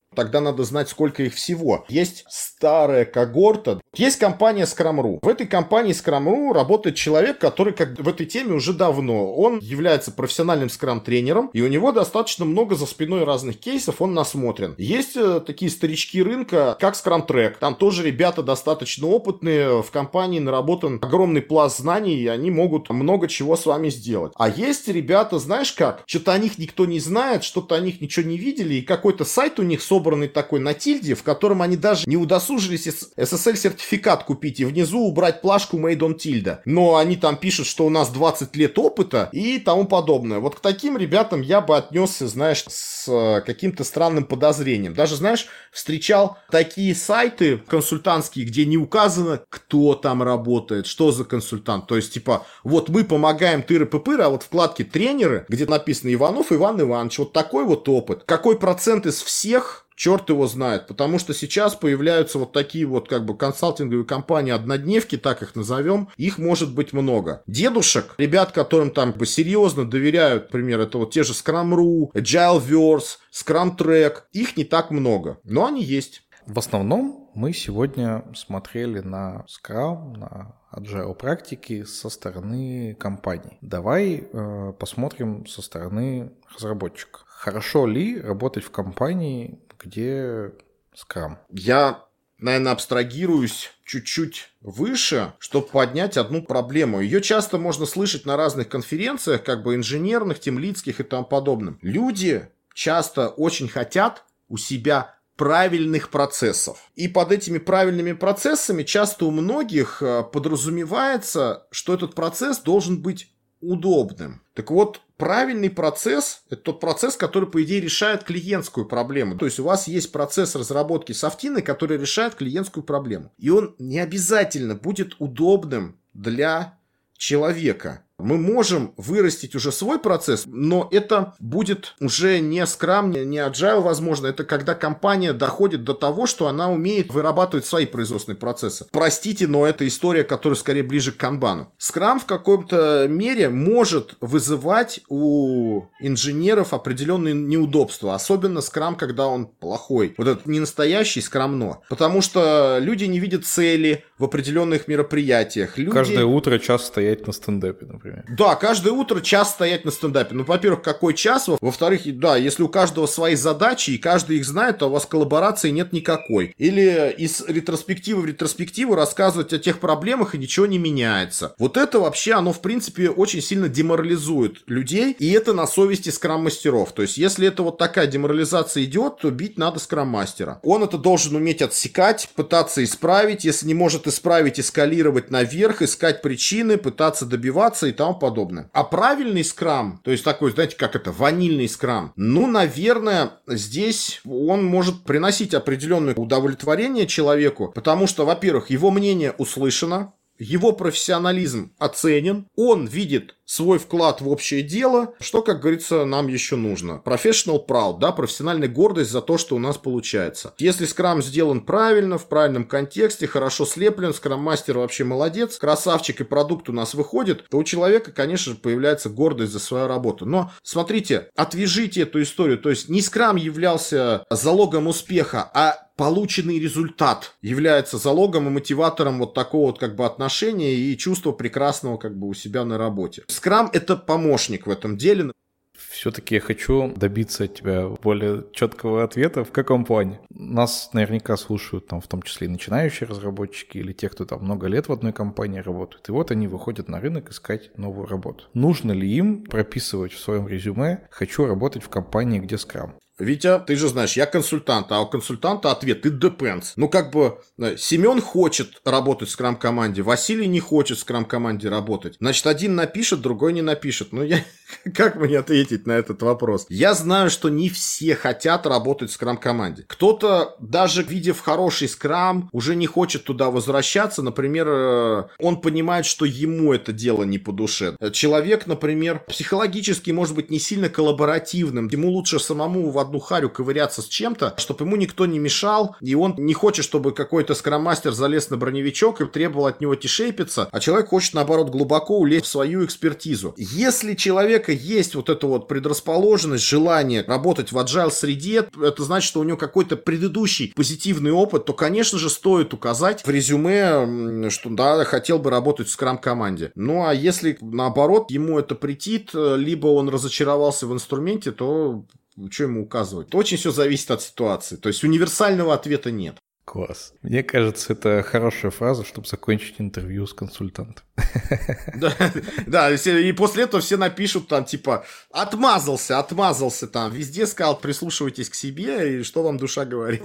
Тогда надо знать, сколько их всего. Есть старая когорта. Есть компания Scrum точка ру. В этой компании Scrum точка ру работает человек, который как в этой теме уже давно. Он является профессиональным скрам-тренером, и у него достаточно много за спиной разных кейсов, он насмотрен. Есть э, такие старички рынка, как Scrum Track. Там тоже ребята достаточно опытные, в компании наработан огромный пласт знаний, и они могут много чего с вами сделать. А есть ребята, знаешь как, что-то о них никто не знает, что-то о них ничего не видели, и какой-то сайт у них собранный такой на тильде, в котором они даже не удосужились эс эс эл сертификат купить и внизу убрать плашку Made on Tilda. Но они там пишут, что у нас двадцать лет опыта и тому подобное. Вот к таким ребятам я бы отнесся, знаешь, с каким-то странным подозрением. Даже, знаешь, встречал такие сайты консультантские, где не указано, кто там работает, что за консультант. То есть, типа, вот мы помогаем тыры-пыпыры, а вот вкладки тренеры, где написано Иванов Иван Иванович, вот такой вот опыт. Какой процент из всех, черт его знает, потому что сейчас появляются вот такие вот как бы консалтинговые компании, однодневки, так их назовем, их может быть много. Дедушек, ребят, которым там бы серьезно доверяют, например, это вот те же Scrum точка ру, Agileverse, Scrum Track, их не так много, но они есть.
В основном мы сегодня смотрели на Scrum, на Agile практики со стороны компаний. Давай э, посмотрим со стороны разработчика. Хорошо ли работать в компании, где Scrum?
Я, наверное, абстрагируюсь чуть-чуть выше, чтобы поднять одну проблему. Ее часто можно слышать на разных конференциях, как бы инженерных, тимлидских и тому подобным. Люди часто очень хотят у себя правильных процессов. И под этими правильными процессами часто у многих подразумевается, что этот процесс должен быть удобным. Так вот, правильный процесс – это тот процесс, который, по идее, решает клиентскую проблему. То есть у вас есть процесс разработки софтины, который решает клиентскую проблему. И он не обязательно будет удобным для человека. Мы можем вырастить уже свой процесс, но это будет уже не Scrum, не Agile, возможно. Это когда компания доходит до того, что она умеет вырабатывать свои производственные процессы. Простите, но это история, которая скорее ближе к канбану. Scrum в каком-то мере может вызывать у инженеров определенные неудобства. Особенно Scrum, когда он плохой. Вот этот не настоящий Scrum-но. Потому что люди не видят цели в определенных мероприятиях. Люди...
Каждое утро час стоять на стендапе, например.
Да, каждое утро час стоять на стендапе. Ну, во-первых, какой час? Во-вторых, да, если у каждого свои задачи, и каждый их знает, то у вас коллаборации нет никакой. Или из ретроспективы в ретроспективу рассказывать о тех проблемах, и ничего не меняется. Вот это вообще, оно, в принципе, очень сильно деморализует людей, и это на совести скрам-мастеров. То есть, если это вот такая деморализация идет, то бить надо скрам-мастера. Он это должен уметь отсекать, пытаться исправить. Если не может исправить, эскалировать наверх, искать причины, пытаться добиваться и тому подобное. А правильный скрам, то есть такой, знаете, как это, ванильный скрам, ну, наверное, здесь он может приносить определенное удовлетворение человеку, потому что, во-первых, его мнение услышано, его профессионализм оценен, он видит свой вклад в общее дело, что, как говорится, нам еще нужно. Professional proud, да, профессиональная гордость за то, что у нас получается. Если скрам сделан правильно, в правильном контексте, хорошо слеплен, скрам-мастер вообще молодец, красавчик и продукт у нас выходит, то у человека, конечно же, появляется гордость за свою работу. Но, смотрите, отвяжите эту историю, то есть не скрам являлся залогом успеха, а полученный результат является залогом и мотиватором вот такого вот как бы отношения и чувства прекрасного как бы у себя на работе. Скрам — это помощник в этом деле.
Все-таки я хочу добиться от тебя более четкого ответа. В каком плане? Нас наверняка слушают, там, в том числе и начинающие разработчики или те, кто там много лет в одной компании работает. И вот они выходят на рынок искать новую работу. Нужно ли им прописывать в своем резюме «хочу работать в компании, где скрам»?
Витя, ты же знаешь, я консультант, а у консультанта ответ «it depends». Ну, как бы, Семен хочет работать в скрам-команде, Василий не хочет в скрам-команде работать. Значит, один напишет, другой не напишет. Ну, я... как мне ответить на этот вопрос? Я знаю, что не все хотят работать в скрам-команде. Кто-то, даже видев хороший скрам, уже не хочет туда возвращаться. Например, он понимает, что ему это дело не по душе. Человек, например, психологически может быть не сильно коллаборативным. Ему лучше самому в одну харю ковыряться с чем-то, чтобы ему никто не мешал, и он не хочет, чтобы какой-то скрам-мастер залез на броневичок и требовал от него тишейпиться, а человек хочет, наоборот, глубоко улезть в свою экспертизу. Если у человека есть вот эта вот предрасположенность, желание работать в agile среде, это значит, что у него какой-то предыдущий позитивный опыт, то, конечно же, стоит указать в резюме, что да, хотел бы работать в скрам-команде. Ну, а если, наоборот, ему это претит, либо он разочаровался в инструменте, то что ему указывать? Очень все зависит от ситуации. То есть универсального ответа нет.
Класс. Мне кажется, это хорошая фраза, чтобы закончить интервью с консультантом.
Да, да, и после этого все напишут там, типа, отмазался, отмазался там. Везде сказал, прислушивайтесь к себе, и что вам душа говорит.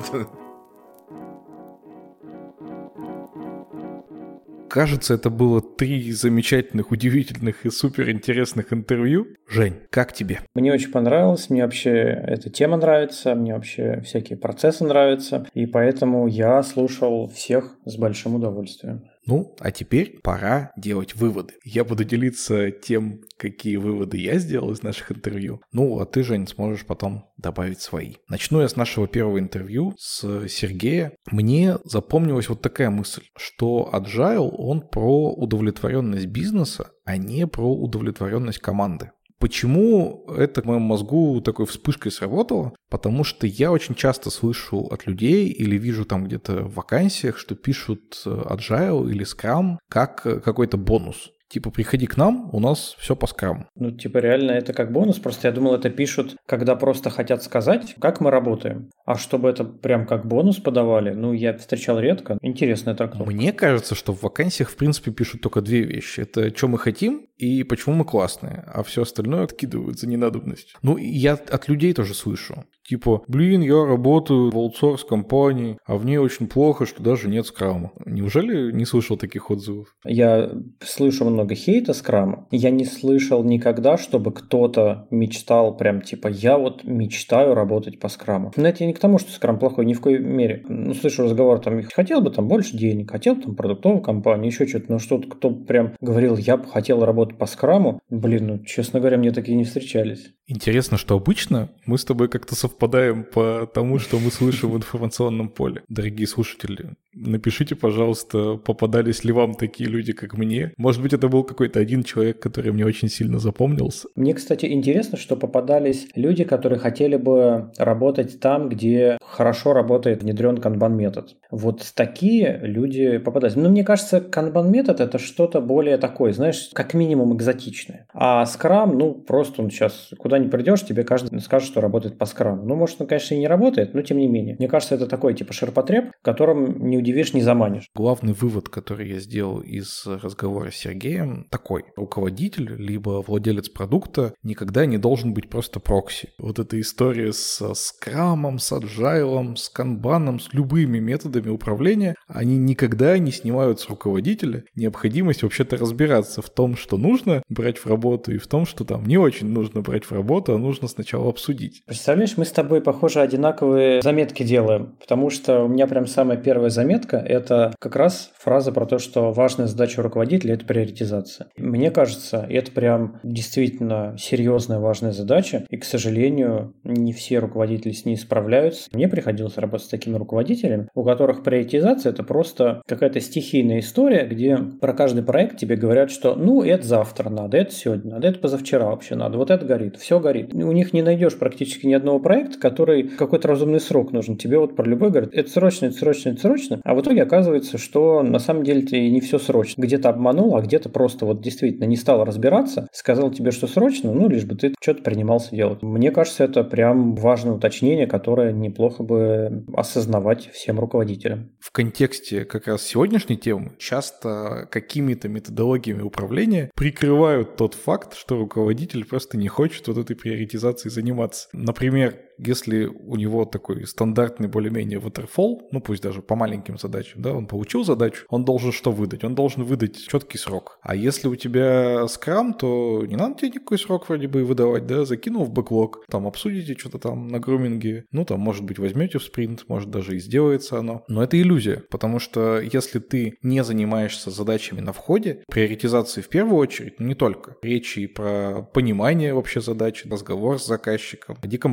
Кажется, это было три замечательных, удивительных и суперинтересных интервью. Жень, как тебе?
Мне очень понравилось, мне вообще эта тема нравится, мне вообще всякие процессы нравятся, и поэтому я слушал всех с большим удовольствием.
Ну, а теперь пора делать выводы. Я буду делиться тем, какие выводы я сделал из наших интервью. Ну, а ты, Жень, сможешь потом добавить свои. Начну я с нашего первого интервью с Сергея. Мне запомнилась вот такая мысль, что Agile, он про удовлетворенность бизнеса, а не про удовлетворенность команды. Почему это в моем мозгу такой вспышкой сработало? Потому что я очень часто слышу от людей или вижу там где-то в вакансиях, что пишут Agile или Scrum как какой-то бонус. Типа, приходи к нам, у нас все по скраму.
Ну, типа, реально это как бонус, просто я думал, это пишут, когда просто хотят сказать, как мы работаем. А чтобы это прям как бонус подавали, ну, я встречал редко. Интересная трактовка.
Мне кажется, что в вакансиях, в принципе, пишут только две вещи. Это что мы хотим и почему мы классные, а все остальное откидывают за ненадобностью. Ну, я от людей тоже слышу. Типа, блин, я работаю в аутсорс-компании, а в ней очень плохо, что даже нет скрама. Неужели не слышал таких отзывов?
Я слышу много хейта скрама. Я не слышал никогда, чтобы кто-то мечтал прям типа, я вот мечтаю работать по скраму. Но это не к тому, что скрам плохой, ни в коей мере. Ну, слышу разговор там, хотел бы там больше денег, хотел бы там продуктовую компанию, еще что-то, но что-то, кто прям говорил, я бы хотел работать по скраму, блин, ну, честно говоря, мне такие не встречались.
Интересно, что обычно мы с тобой как-то совпадаем по тому, что мы слышим в информационном поле. Дорогие слушатели, напишите, пожалуйста, попадались ли вам такие люди, как мне. Может быть, это был какой-то один человек, который мне очень сильно запомнился.
Мне, кстати, интересно, что попадались люди, которые хотели бы работать там, где хорошо работает внедрен канбан-метод. Вот такие люди попадались. Но мне кажется, канбан-метод – это что-то более такое, знаешь, как минимум экзотичное. А скрам, ну, просто он сейчас куда не придешь, тебе каждый скажет, что работает по скраму. Ну, может, он, конечно, и не работает, но тем не менее. Мне кажется, это такой типа ширпотреб, которым не удивишь, не заманишь.
Главный вывод, который я сделал из разговора с Сергеем, такой. Руководитель, либо владелец продукта никогда не должен быть просто прокси. Вот эта история с скрамом, с аджайлом, с канбаном, с любыми методами управления, они никогда не снимают с руководителя необходимость вообще-то разбираться в том, что нужно брать в работу, и в том, что там не очень нужно брать в работу, а нужно сначала обсудить.
Представляешь, мы с тобой, похоже, одинаковые заметки делаем, потому что у меня прям самая первая заметка – это как раз фраза про то, что важная задача руководителя – это приоритизация. Мне кажется, это прям действительно серьезная, важная задача, и, к сожалению, не все руководители с ней справляются. Мне приходилось работать с такими руководителями, у которых приоритизация – это просто какая-то стихийная история, где про каждый проект тебе говорят, что ну, это завтра надо, это сегодня надо, это позавчера вообще надо, вот это горит, все горит. У них не найдешь практически ни одного проекта, который какой-то разумный срок нужен. Тебе вот про любой говорят, это срочно, это срочно, это срочно, а в итоге оказывается, что на самом деле ты не все срочно. Где-то обманул, а где-то просто вот действительно не стал разбираться, сказал тебе, что срочно, ну, лишь бы ты что-то принимался делать. Мне кажется, это прям важное уточнение, которое неплохо бы осознавать всем руководителям.
В контексте как раз сегодняшней темы часто какими-то методологиями управления прикрывают тот факт, что руководитель просто не хочет вот этой приоритизацией заниматься. Например, если у него такой стандартный более-менее waterfall, ну пусть даже по маленьким задачам, да, он получил задачу, он должен что выдать? Он должен выдать четкий срок. А если у тебя скрам, то не надо тебе никакой срок вроде бы выдавать, да, закинул в бэклог, там обсудите что-то там на груминге, ну там, может быть, возьмете в спринт, может даже и сделается оно. Но это иллюзия, потому что если ты не занимаешься задачами на входе, приоритизации в первую очередь, но не только. Речь и про понимание вообще задачи, разговор с заказчиком, декомпозицию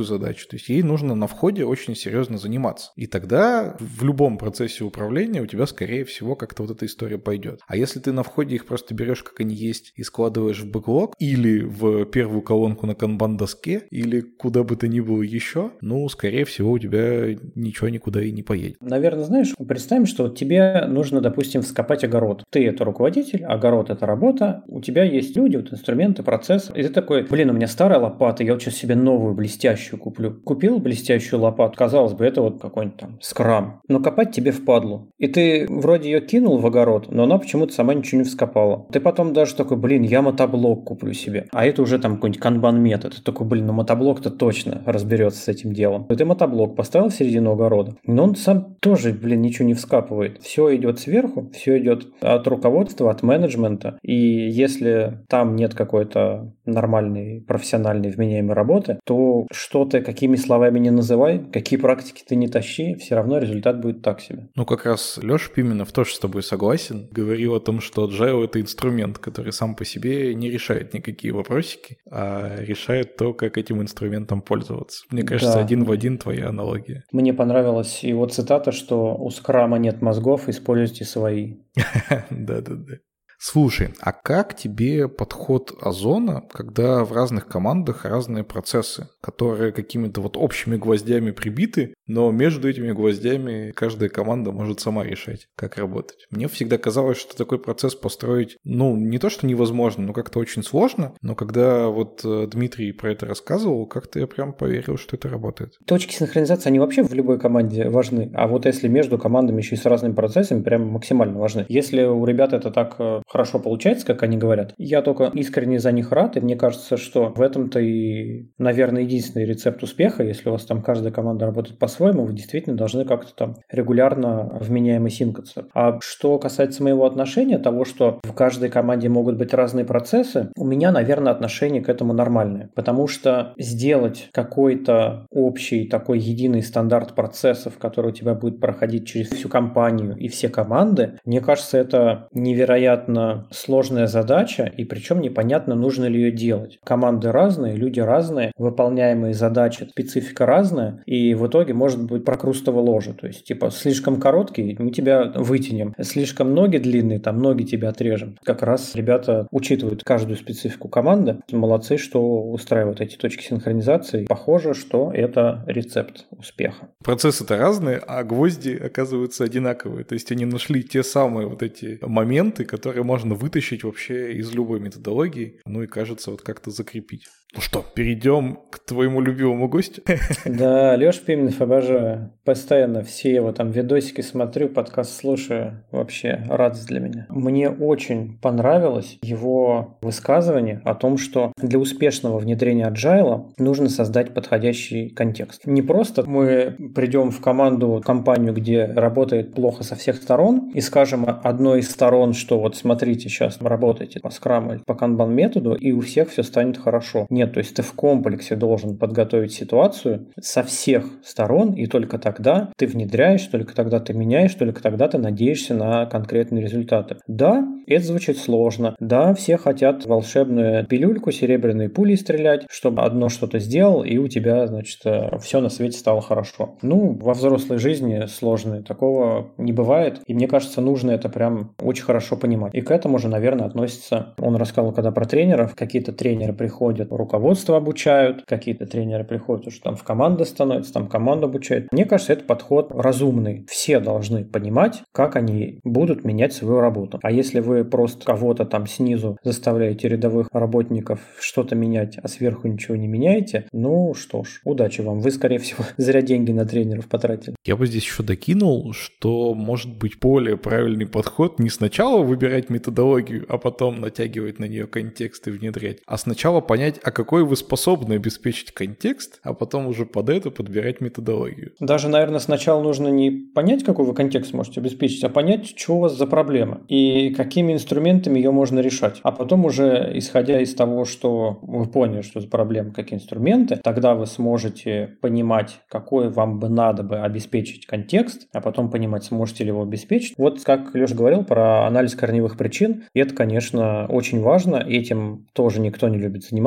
свою задачу. То есть ей нужно на входе очень серьезно заниматься. И тогда в любом процессе управления у тебя, скорее всего, как-то вот эта история пойдет. А если ты на входе их просто берешь, как они есть, и складываешь в бэклог или в первую колонку на канбан-доске, или куда бы то ни было еще, ну, скорее всего, у тебя ничего никуда и не поедет.
Наверное, знаешь, представим, что тебе нужно, допустим, вскопать огород. Ты это руководитель, огород это работа, у тебя есть люди, вот инструменты, процессы. И ты такой, блин, у меня старая лопата, я вот сейчас себе новую блестящую куплю. Купил блестящую лопату, казалось бы, это вот какой-нибудь там скрам. Но копать тебе впадлу. И ты вроде ее кинул в огород, но она почему-то сама ничего не вскопала. Ты потом даже такой, блин, я мотоблок куплю себе. А это уже там какой-нибудь канбан-метод. Ты такой, блин, ну мотоблок-то точно разберется с этим делом. И ты мотоблок поставил в середину огорода, но он сам тоже, блин, ничего не вскапывает. Все идет сверху, все идет от руководства, от менеджмента. И если там нет какой-то нормальной, профессиональной, вменяемой работы, то что ты какими словами не называй, какие практики ты не тащи, все равно результат будет так себе.
Ну, как раз Леша Пименов тоже с тобой согласен. Говорил о том, что Agile — это инструмент, который сам по себе не решает никакие вопросики, а решает то, как этим инструментом пользоваться. Мне кажется, да. Один в один твоя аналогия.
Мне понравилась его цитата, что у скрама нет мозгов, используйте свои.
Да-да-да. Слушай, а как тебе подход Озона, когда в разных командах разные процессы, которые какими-то вот общими гвоздями прибиты, но между этими гвоздями каждая команда может сама решать, как работать? Мне всегда казалось, что такой процесс построить, ну, не то что невозможно, но как-то очень сложно, но когда вот Дмитрий про это рассказывал, как-то я прям поверил, что это работает.
Точки синхронизации, они вообще в любой команде важны, а вот если между командами еще и с разными процессами, прям максимально важны. Если у ребят это так хорошо получается, как они говорят, я только искренне за них рад, и мне кажется, что в этом-то и, наверное, единственный рецепт успеха. Если у вас там каждая команда работает по-своему, вы действительно должны как-то там регулярно вменяемо синкаться. А что касается моего отношения, того, что в каждой команде могут быть разные процессы, у меня, наверное, отношение к этому нормальное. Потому что сделать какой-то общий такой единый стандарт процессов, который у тебя будет проходить через всю компанию и все команды, мне кажется, это невероятно сложная задача, и причем непонятно, нужно ли ее делать. Команды разные, люди разные, выполняемые задачи, специфика разная, и в итоге может быть прокрустово ложе. То есть, типа, слишком короткий, мы тебя вытянем, слишком ноги длинные, там ноги тебя отрежем. Как раз ребята учитывают каждую специфику команды. Молодцы, что устраивают эти точки синхронизации. Похоже, что это рецепт успеха.
Процессы-то разные, а гвозди оказываются одинаковые. То есть они нашли те самые вот эти моменты, которые можно вытащить вообще из любой методологии, ну и, кажется, вот как-то закрепить. Ну что, перейдем к твоему любимому гостю?
Да, Леша Пименов обожаю. Постоянно все его там видосики смотрю, подкаст слушаю. Вообще радость для меня. Мне очень понравилось его высказывание о том, что для успешного внедрения Agile нужно создать подходящий контекст. Не просто мы придем в команду, компанию, где работает плохо со всех сторон, и скажем одной из сторон, что вот смотрите, сейчас работаете по скраму или по канбан методу, и у всех все станет хорошо. Нет, то есть ты в комплексе должен подготовить ситуацию со всех сторон, и только тогда ты внедряешь, только тогда ты меняешь, только тогда ты надеешься на конкретные результаты. Да, это звучит сложно. Да, все хотят волшебную пилюльку, серебряные пули стрелять, чтобы одно что-то сделал, и у тебя, значит, все на свете стало хорошо. Ну, во взрослой жизни сложно. Такого не бывает. И мне кажется, нужно это прям очень хорошо понимать. И к этому же, наверное, относится... Он рассказывал, когда про тренеров. Какие-то тренеры приходят, руководство обучают, какие-то тренеры приходят, уже там в команду становятся, там команду обучают. Мне кажется, это подход разумный. Все должны понимать, как они будут менять свою работу. А если вы просто кого-то там снизу заставляете рядовых работников что-то менять, а сверху ничего не меняете, ну что ж, удачи вам. Вы, скорее всего, зря деньги на тренеров потратили.
Я бы здесь еще докинул, что может быть более правильный подход не сначала выбирать методологию, а потом натягивать на нее контекст и внедрять, а сначала понять, а какой вы способны обеспечить контекст, а потом уже под это подбирать методологию.
Даже, наверное, сначала нужно не понять, какой вы контекст можете обеспечить, а понять, что у вас за проблема и какими инструментами ее можно решать. А потом уже, исходя из того, что вы поняли, что за проблема, какие инструменты, тогда вы сможете понимать, какой вам бы надо бы обеспечить контекст, а потом понимать, сможете ли его обеспечить. Вот как Леша говорил про анализ корневых причин, и это, конечно, очень важно, этим тоже никто не любит заниматься.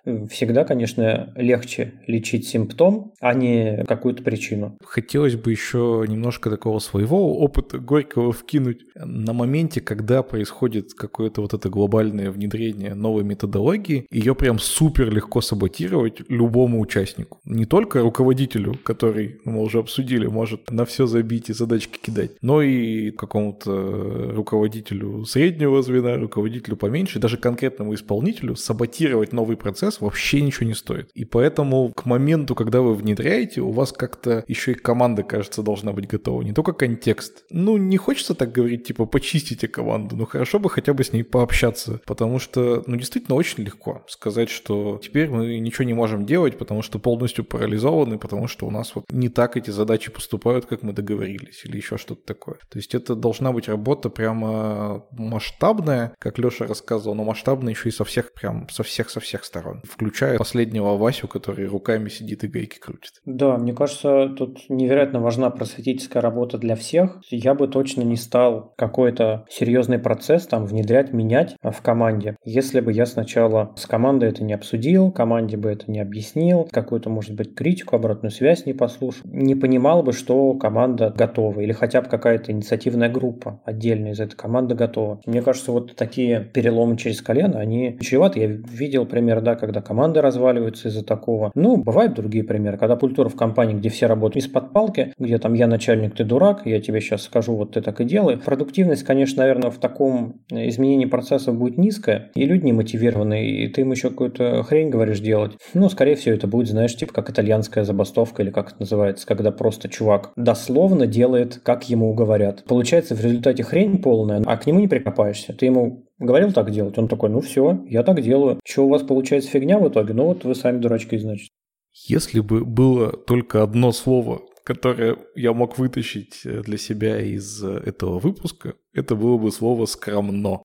всегда, конечно, легче лечить симптом, а не какую-то причину.
Хотелось бы еще немножко такого своего опыта горького вкинуть. На моменте, когда происходит какое-то вот это глобальное внедрение новой методологии, ее прям супер легко саботировать любому участнику. Не только руководителю, который, мы уже обсудили, может на все забить и задачки кидать, но и какому-то руководителю среднего звена, руководителю поменьше, даже конкретному исполнителю саботировать новый процесс вообще ничего не стоит. И поэтому к моменту, когда вы внедряете, у вас как-то еще и команда, кажется, должна быть готова. Не только контекст. Ну, не хочется так говорить, типа, почистите команду, но хорошо бы хотя бы с ней пообщаться, потому что, ну, действительно очень легко сказать, что теперь мы ничего не можем делать, потому что полностью парализованы, потому что у нас вот не так эти задачи поступают, как мы договорились, или еще что-то такое. То есть это должна быть работа прямо масштабная, как Леша рассказывал, но масштабная еще и со всех, прям со всех, со всех сторон, включая последнего Васю, который руками сидит и гайки крутит.
Да, мне кажется, тут невероятно важна просветительская работа для всех. Я бы точно не стал какой-то серьезный процесс там внедрять, менять в команде, если бы я сначала с командой это не обсудил, команде бы это не объяснил, какую-то, может быть, критику, обратную связь не послушал, не понимал бы, что команда готова, или хотя бы какая-то инициативная группа отдельная из этой команды готова. Мне кажется, вот такие переломы через колено, они чреваты. Я видел пример, да, когда команды разваливаются из-за такого. Ну, бывают другие примеры, когда культура в компании, где все работают из-под палки, где там я начальник, ты дурак, я тебе сейчас скажу, вот ты так и делай. Продуктивность, конечно, наверное, в таком изменении процессов будет низкая, и люди не мотивированы, и ты им еще какую-то хрень говоришь делать. Ну, скорее всего, это будет, знаешь, типа как итальянская забастовка, или как это называется, когда просто чувак дословно делает, как ему говорят. Получается в результате хрень полная, а к нему не прикопаешься. Ты ему говорил так делать, он такой, ну все, я так делаю. Что у вас получается фигня в итоге? Ну вот вы сами дурачки, значит.
Если бы было только одно слово, которое я мог вытащить для себя из этого выпуска, это было бы слово «скромно».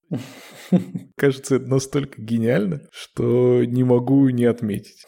Кажется, это настолько гениально, что не могу не отметить.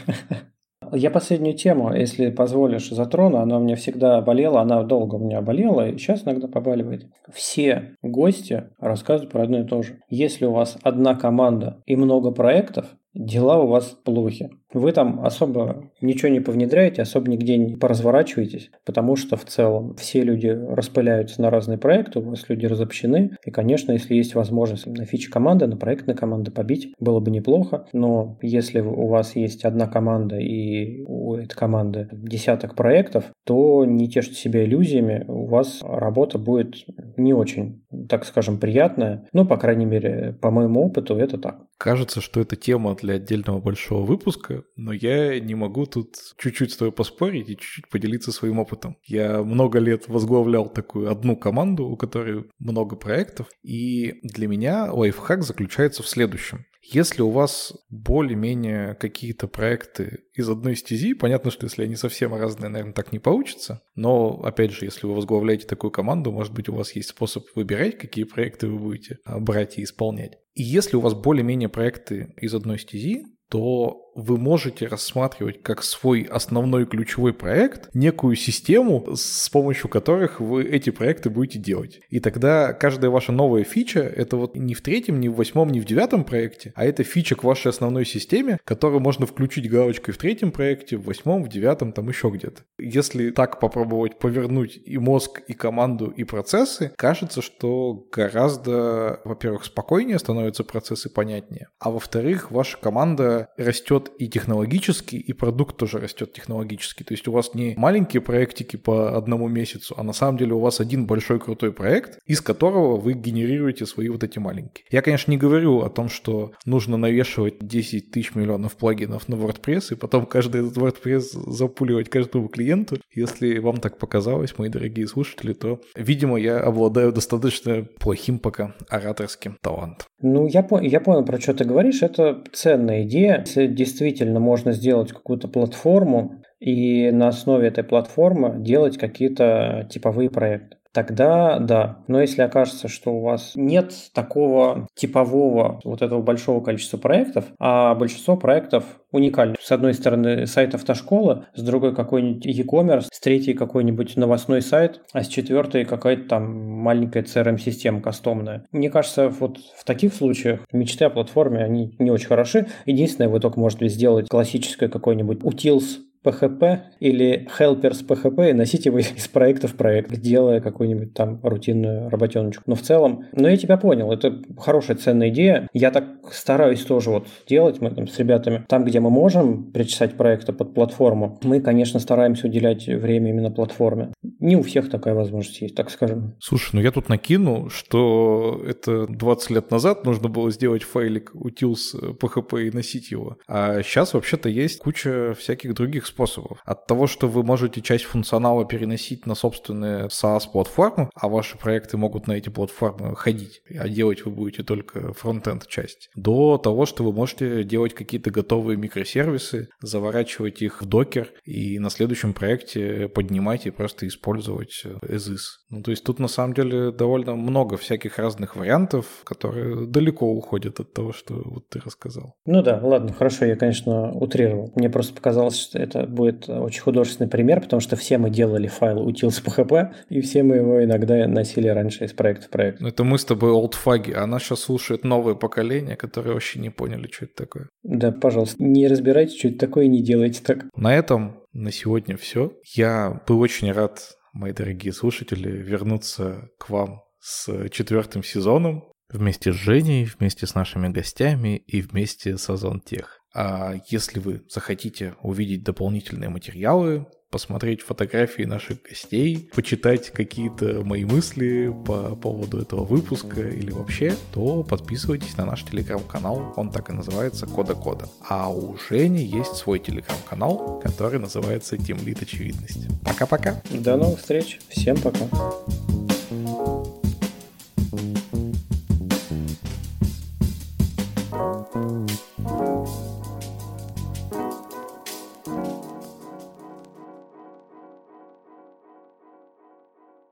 Я последнюю тему, если позволишь, затрону. Она у меня всегда болела, она долго у меня болела, и сейчас иногда побаливает. Все гости рассказывают про одно и то же. Если у вас одна команда и много проектов, дела у вас плохи. Вы там особо ничего не повнедряете, особо нигде не поразворачиваетесь, потому что в целом все люди распыляются на разные проекты, у вас люди разобщены, и, конечно, если есть возможность на фичи команды, на проектные команды побить, было бы неплохо, но если у вас есть одна команда и у этой команды десяток проектов, то не тешьте себя иллюзиями, у вас работа будет не очень, так скажем, приятная, но, по крайней мере, по моему опыту, это так.
Кажется, что это тема для отдельного большого выпуска, но я не могу тут чуть-чуть с тобой поспорить и чуть-чуть поделиться своим опытом. Я много лет возглавлял такую одну команду, у которой много проектов, и для меня лайфхак заключается в следующем. Если у вас более-менее какие-то проекты из одной стези, понятно, что если они совсем разные, наверное, так не получится, но, опять же, если вы возглавляете такую команду, может быть, у вас есть способ выбирать, какие проекты вы будете брать и исполнять. И если у вас более-менее проекты из одной стези, то вы можете рассматривать как свой основной ключевой проект некую систему, с помощью которых вы эти проекты будете делать. И тогда каждая ваша новая фича — это вот не в третьем, не в восьмом, не в девятом проекте, а это фича к вашей основной системе, которую можно включить галочкой в третьем проекте, в восьмом, в девятом, там еще где-то. Если так попробовать повернуть и мозг, и команду, и процессы, кажется, что гораздо, во-первых, спокойнее становятся процессы, понятнее, а во-вторых, ваша команда растет и технологически, и продукт тоже растет технологически. То есть у вас не маленькие проектики по одному месяцу, а на самом деле у вас один большой крутой проект, из которого вы генерируете свои вот эти маленькие. Я, конечно, не говорю о том, что нужно навешивать десять тысяч миллионов плагинов на WordPress, и потом каждый этот WordPress запуливать каждому клиенту. Если вам так показалось, мои дорогие слушатели, то, видимо, я обладаю достаточно плохим пока ораторским талантом.
Ну, я, по- я понял, про что ты говоришь. Это ценная идея. Если действительно можно сделать какую-то платформу и на основе этой платформы делать какие-то типовые проекты. тогда да. Но если окажется, что у вас нет такого типового вот этого большого количества проектов, а большинство проектов уникальны. С одной стороны сайт автошколы, с другой какой-нибудь e-commerce, с третьей какой-нибудь новостной сайт, а с четвертой какая-то там маленькая си ар эм-система кастомная. Мне кажется, вот в таких случаях мечты о платформе, они не очень хороши. Единственное, вы только можете сделать классическое какой-нибудь utils пи эйч пи или helpers пи эйч пи и носить его из проекта в проект, делая какую-нибудь там рутинную работеночку. Но в целом, ну я тебя понял, это хорошая, ценная идея. Я так стараюсь тоже вот делать, мы там с ребятами, там, где мы можем причесать проекты под платформу, мы, конечно, стараемся уделять время именно платформе. Не у всех такая возможность есть, так скажем.
Слушай, ну я тут накину, что это двадцать лет назад нужно было сделать файлик utils пи эйч пи и носить его. А сейчас вообще-то есть куча всяких других способов. От того, что вы можете часть функционала переносить на собственные SaaS-платформы, а ваши проекты могут на эти платформы ходить, а делать вы будете только фронт-энд часть, до того, что вы можете делать какие-то готовые микросервисы, заворачивать их в докер и на следующем проекте поднимать и просто использовать as is. Ну, то есть тут на самом деле довольно много всяких разных вариантов, которые далеко уходят от того, что вот ты рассказал.
Ну да, ладно, хорошо, я, конечно, утрировал. Мне просто показалось, что это будет очень художественный пример, потому что все мы делали файл utils пи эйч пи, и все мы его иногда носили раньше из проекта в проект.
Это мы с тобой олдфаги, а она сейчас слушает новое поколение, которые вообще не поняли, что это такое.
Да, пожалуйста, не разбирайте, что это такое, и не делайте так.
На этом на сегодня все. Я был очень рад, мои дорогие слушатели, вернуться к вам с четвертым сезоном вместе с Женей, вместе с нашими гостями и вместе с Озон-Тех. А если вы захотите увидеть дополнительные материалы, посмотреть фотографии наших гостей, почитать какие-то мои мысли по поводу этого выпуска или вообще, то подписывайтесь на наш телеграм-канал, он так и называется Кода Кода. А у Жени есть свой телеграм-канал, который называется Team Lead Очевидность. Пока-пока.
До новых встреч. Всем пока.
Thank you.